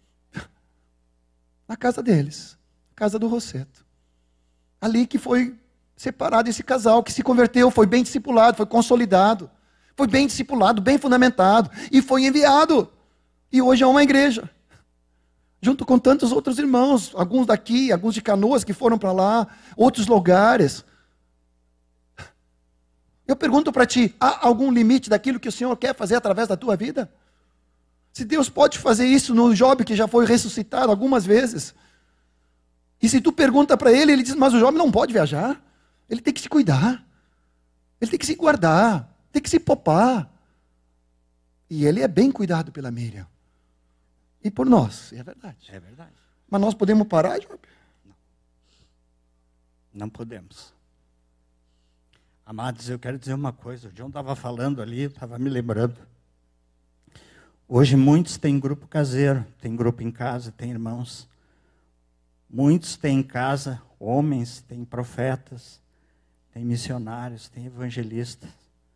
Na casa deles, casa do Rosseto. Ali que foi separado esse casal, que se converteu, foi bem discipulado, foi consolidado. Foi bem discipulado, bem fundamentado. E foi enviado. E hoje é uma igreja. Junto com tantos outros irmãos. Alguns daqui, alguns de Canoas que foram para lá. Outros lugares. Eu pergunto para ti, há algum limite daquilo que o Senhor quer fazer através da tua vida? Se Deus pode fazer isso no Job, que já foi ressuscitado algumas vezes. E se tu pergunta para ele, ele diz, mas o Job não pode viajar. Ele tem que se cuidar. Ele tem que se guardar. Tem que se poupar. E ele é bem cuidado pela Miriam. E por nós, é verdade. É verdade. Mas nós podemos parar, Job? Não podemos. Amados, eu quero dizer uma coisa. O John estava falando ali, estava me lembrando. Hoje muitos têm grupo caseiro, tem grupo em casa, tem irmãos. Muitos têm em casa homens, têm profetas, têm missionários, têm evangelistas.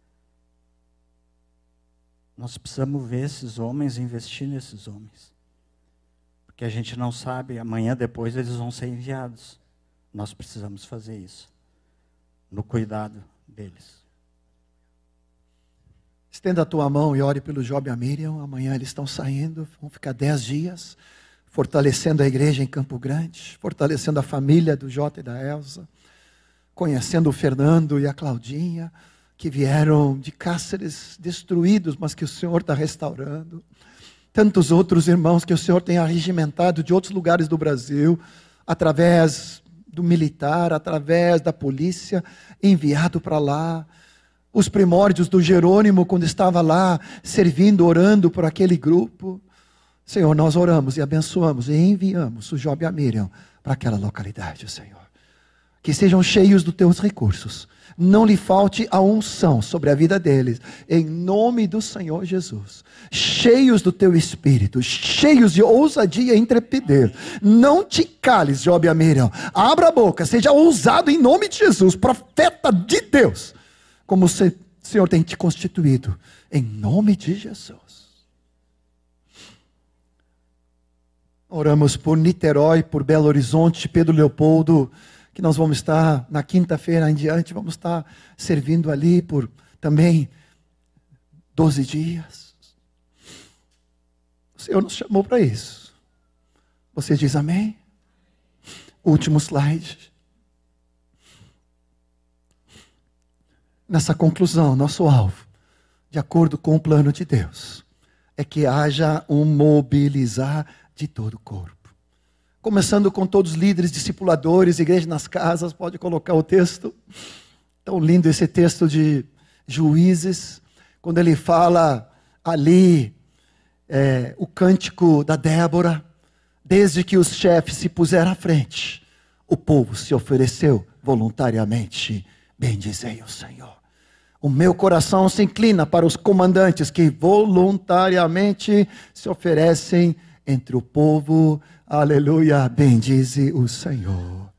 Nós precisamos ver esses homens, investir nesses homens. Porque a gente não sabe, amanhã depois eles vão ser enviados. Nós precisamos fazer isso. No cuidado deles. Estenda a tua mão e ore pelo Job e a Miriam. Amanhã eles estão saindo, vão ficar 10 dias, fortalecendo a igreja em Campo Grande, fortalecendo a família do Jota e da Elsa, conhecendo o Fernando e a Claudinha, que vieram de Cáceres destruídos, mas que o Senhor está restaurando. Tantos outros irmãos que o Senhor tem arregimentado de outros lugares do Brasil, através do militar, através da polícia, enviado para lá. Os primórdios do Jerônimo, quando estava lá, servindo, orando por aquele grupo. Senhor, nós oramos e abençoamos e enviamos o Job e a Miriam para aquela localidade, Senhor. Que sejam cheios dos teus recursos. Não lhe falte a unção sobre a vida deles, em nome do Senhor Jesus. Cheios do teu espírito, cheios de ousadia e intrepidez. Não te cales, Job e a Miriam. Abra a boca, seja ousado em nome de Jesus, profeta de Deus, como o Senhor tem te constituído, em nome de Jesus. Oramos por Niterói, por Belo Horizonte, Pedro Leopoldo, que nós vamos estar na quinta-feira em diante, vamos estar servindo ali por também 12 dias. O Senhor nos chamou para isso. Você diz amém? Último slide. Nessa conclusão, nosso alvo, de acordo com o plano de Deus, é que haja um mobilizar de todo o corpo. começando com todos os líderes, discipuladores, igreja nas casas. Pode colocar o texto. Tão lindo esse texto de Juízes, quando ele fala ali, o cântico da Débora. Desde que os chefes se puseram à frente, o povo se ofereceu voluntariamente. Bendizei o Senhor. O meu coração se inclina para os comandantes que voluntariamente se oferecem entre o povo. Aleluia, bendize o Senhor.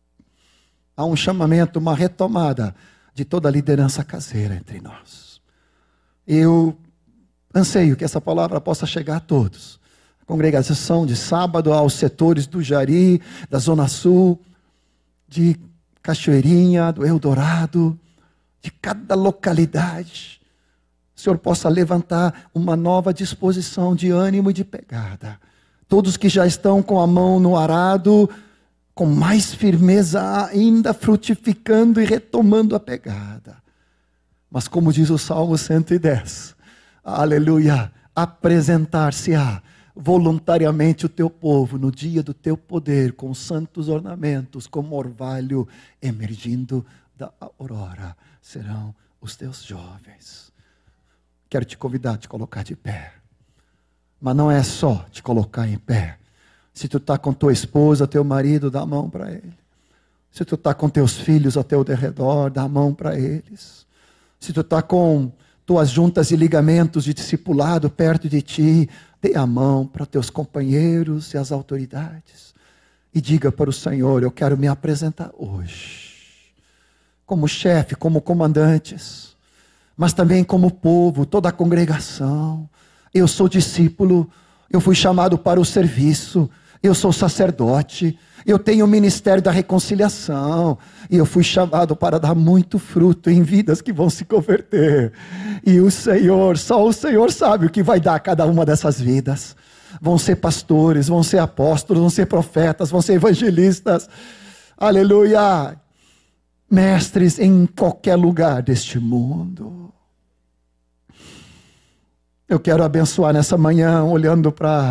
Há um chamamento, uma retomada de toda a liderança caseira entre nós. Eu anseio que essa palavra possa chegar a todos. Congregação de sábado, aos setores do Jari, da Zona Sul, de Cachoeirinha, do Eldorado, de cada localidade. O Senhor possa levantar uma nova disposição de ânimo e de pegada. Todos que já estão com a mão no arado, com mais firmeza ainda, frutificando e retomando a pegada. Mas como diz o Salmo 110, aleluia, apresentar-se-á voluntariamente o teu povo no dia do teu poder, com santos ornamentos, como orvalho emergindo da aurora, serão os teus jovens. Quero te convidar a te colocar de pé, mas não é só te colocar em pé. Se tu está com tua esposa, teu marido, dá a mão para ele. Se tu está com teus filhos ao teu derredor, dá a mão para eles. Se tu está com tuas juntas e ligamentos de discipulado perto de ti, dê a mão para teus companheiros e as autoridades. E diga para o Senhor, eu quero me apresentar hoje. Como chefe, como comandantes. Mas também como povo, toda a congregação. Eu sou discípulo, eu fui chamado para o serviço. Eu sou sacerdote, eu tenho o ministério da reconciliação, e eu fui chamado para dar muito fruto em vidas que vão se converter. E o Senhor, só o Senhor sabe o que vai dar a cada uma dessas vidas. Vão ser pastores, vão ser apóstolos, vão ser profetas, vão ser evangelistas, aleluia, mestres em qualquer lugar deste mundo. Eu quero abençoar nessa manhã, olhando para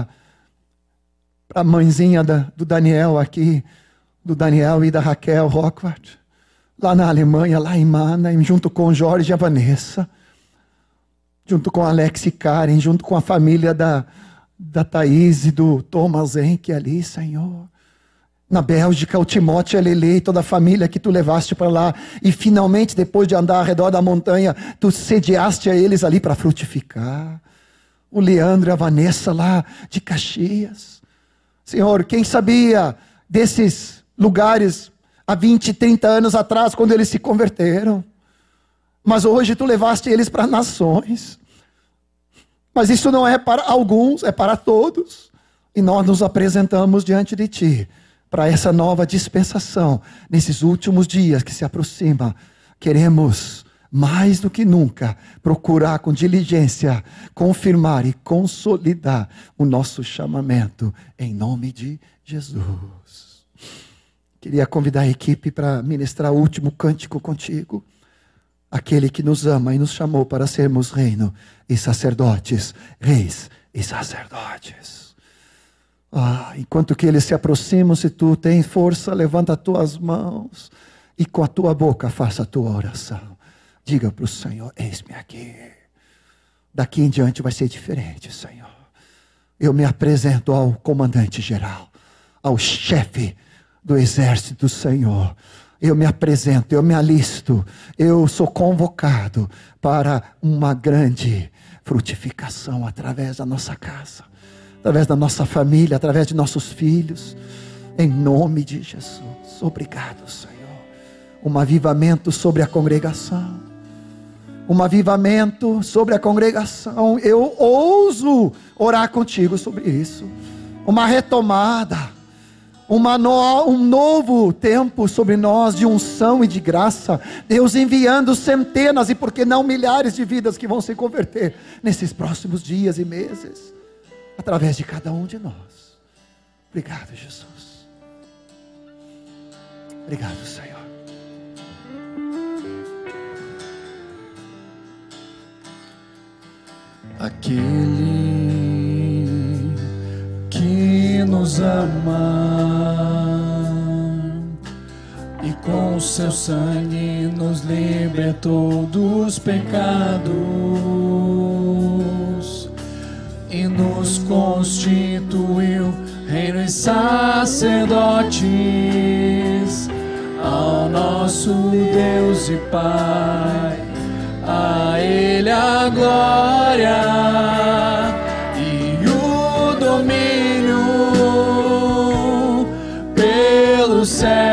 a mãezinha do Daniel aqui, do Daniel e da Raquel Rockwart, lá na Alemanha, lá em Mannheim, junto com o Jorge e a Vanessa, junto com Alex e Karen, junto com a família da Thaís e do Thomas Henke ali, Senhor. Na Bélgica, o Timóteo e a Lele, toda a família que tu levaste para lá, e finalmente, depois de andar ao redor da montanha, tu sediaste a eles ali para frutificar. O Leandro e a Vanessa lá de Caxias. Senhor, quem sabia desses lugares há 20, 30 anos atrás, quando eles se converteram? Mas hoje tu levaste eles para nações. Mas isso não é para alguns, é para todos. E nós nos apresentamos diante de ti, para essa nova dispensação, nesses últimos dias que se aproximam. Queremos, mais do que nunca, procurar com diligência, confirmar e consolidar o nosso chamamento, em nome de Jesus. Queria convidar a equipe para ministrar o último cântico contigo. Aquele que nos ama e nos chamou para sermos reino e sacerdotes, reis e sacerdotes. Enquanto que eles se aproximam, se tu tens força, levanta as tuas mãos e com a tua boca faça a tua oração. Diga para o Senhor, eis-me aqui. Daqui em diante vai ser diferente, Senhor. Eu me apresento ao comandante geral, ao chefe do exército do Senhor. Eu me apresento, eu me alisto, eu sou convocado para uma grande frutificação através da nossa casa, através da nossa família, através de nossos filhos, em nome de Jesus. Obrigado, Senhor. Um avivamento sobre a congregação. Um avivamento sobre a congregação. Eu ouso orar contigo sobre isso. Uma retomada. Um novo tempo sobre nós de unção e de graça. Deus enviando centenas e por que não milhares de vidas que vão se converter nesses próximos dias e meses. Através de cada um de nós. Obrigado, Jesus. Obrigado, Senhor. Aquele que nos nos ama e com o seu sangue nos libertou dos pecados e nos constituiu reino e sacerdotes ao nosso Deus e Pai. A Ele a glória e o domínio pelos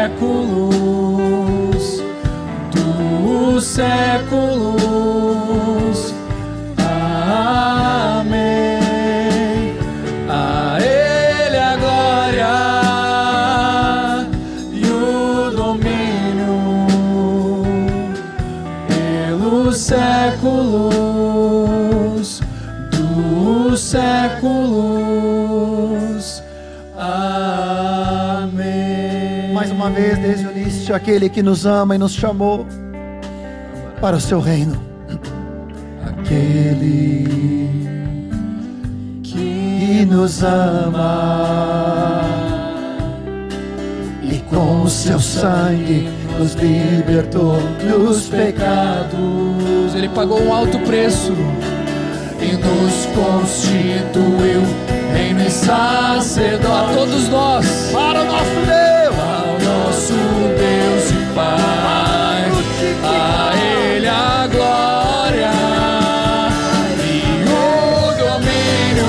séculos dos séculos. Amém. A Ele a glória e o domínio pelos séculos dos séculos. Amém. Mais uma vez, desde o início, aquele que nos ama e nos chamou para o seu reino. Aquele que nos ama e com o seu sangue nos libertou dos pecados. Ele pagou um alto preço e nos constituiu reino e sacerdote. A todos nós, Para o nosso Deus, ao nosso Deus e Pai, a Ele a glória e o domínio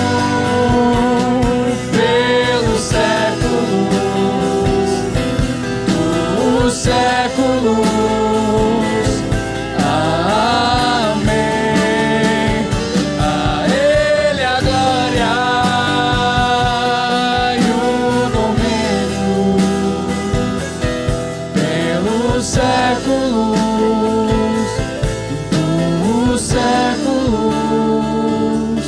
pelos séculos dos séculos. Amém. A Ele a glória e o domínio pelos séculos dos séculos.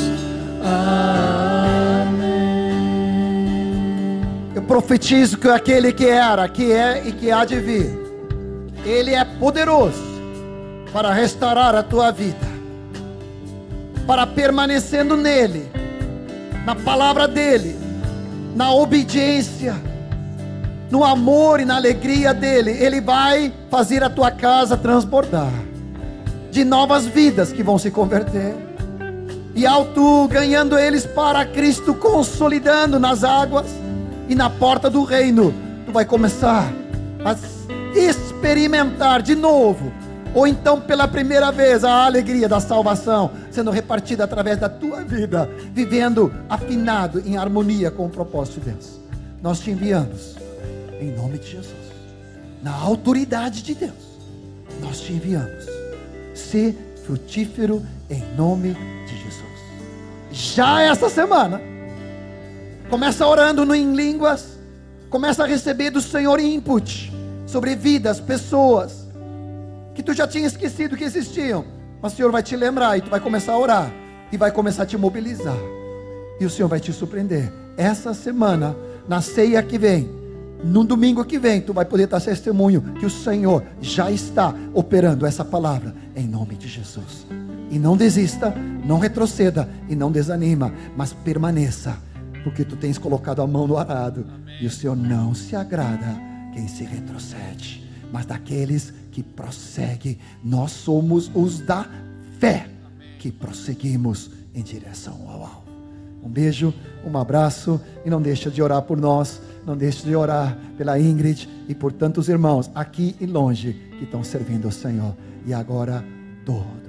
Amém. eu profetizo que aquele que era, que é e que há de vir, Ele é poderoso para restaurar a tua vida, para permanecendo nele, na palavra dele, na obediência, no amor e na alegria dele. Ele vai fazer a tua casa transbordar de novas vidas que vão se converter. E ao tu ganhando eles para Cristo, consolidando nas águas e na porta do reino, tu vai começar a experimentar de novo, ou então pela primeira vez, a alegria da salvação sendo repartida através da tua vida, vivendo afinado em harmonia com o propósito de Deus. Nós te enviamos em nome de Jesus, na autoridade de Deus. Nós te enviamos. Ser frutífero em nome de Jesus. Já essa semana, começa orando em línguas, começa a receber do Senhor input sobre vidas, pessoas que tu já tinha esquecido que existiam, mas o Senhor vai te lembrar e tu vai começar a orar e vai começar a te mobilizar, e o Senhor vai te surpreender. Essa semana, na ceia que vem, no domingo que vem, tu vai poder dar testemunho que o Senhor já está operando essa palavra em nome de Jesus. E não desista, não retroceda e não desanima, mas permaneça, porque tu tens colocado a mão no arado. Amém. E o Senhor não se agrada quem se retrocede, mas daqueles que prosseguem. Nós somos os da fé, que prosseguimos em direção ao alvo. Um beijo, um abraço, e não deixa de orar por nós, não deixa de orar pela Ingrid e por tantos irmãos aqui e longe que estão servindo ao Senhor. E agora todos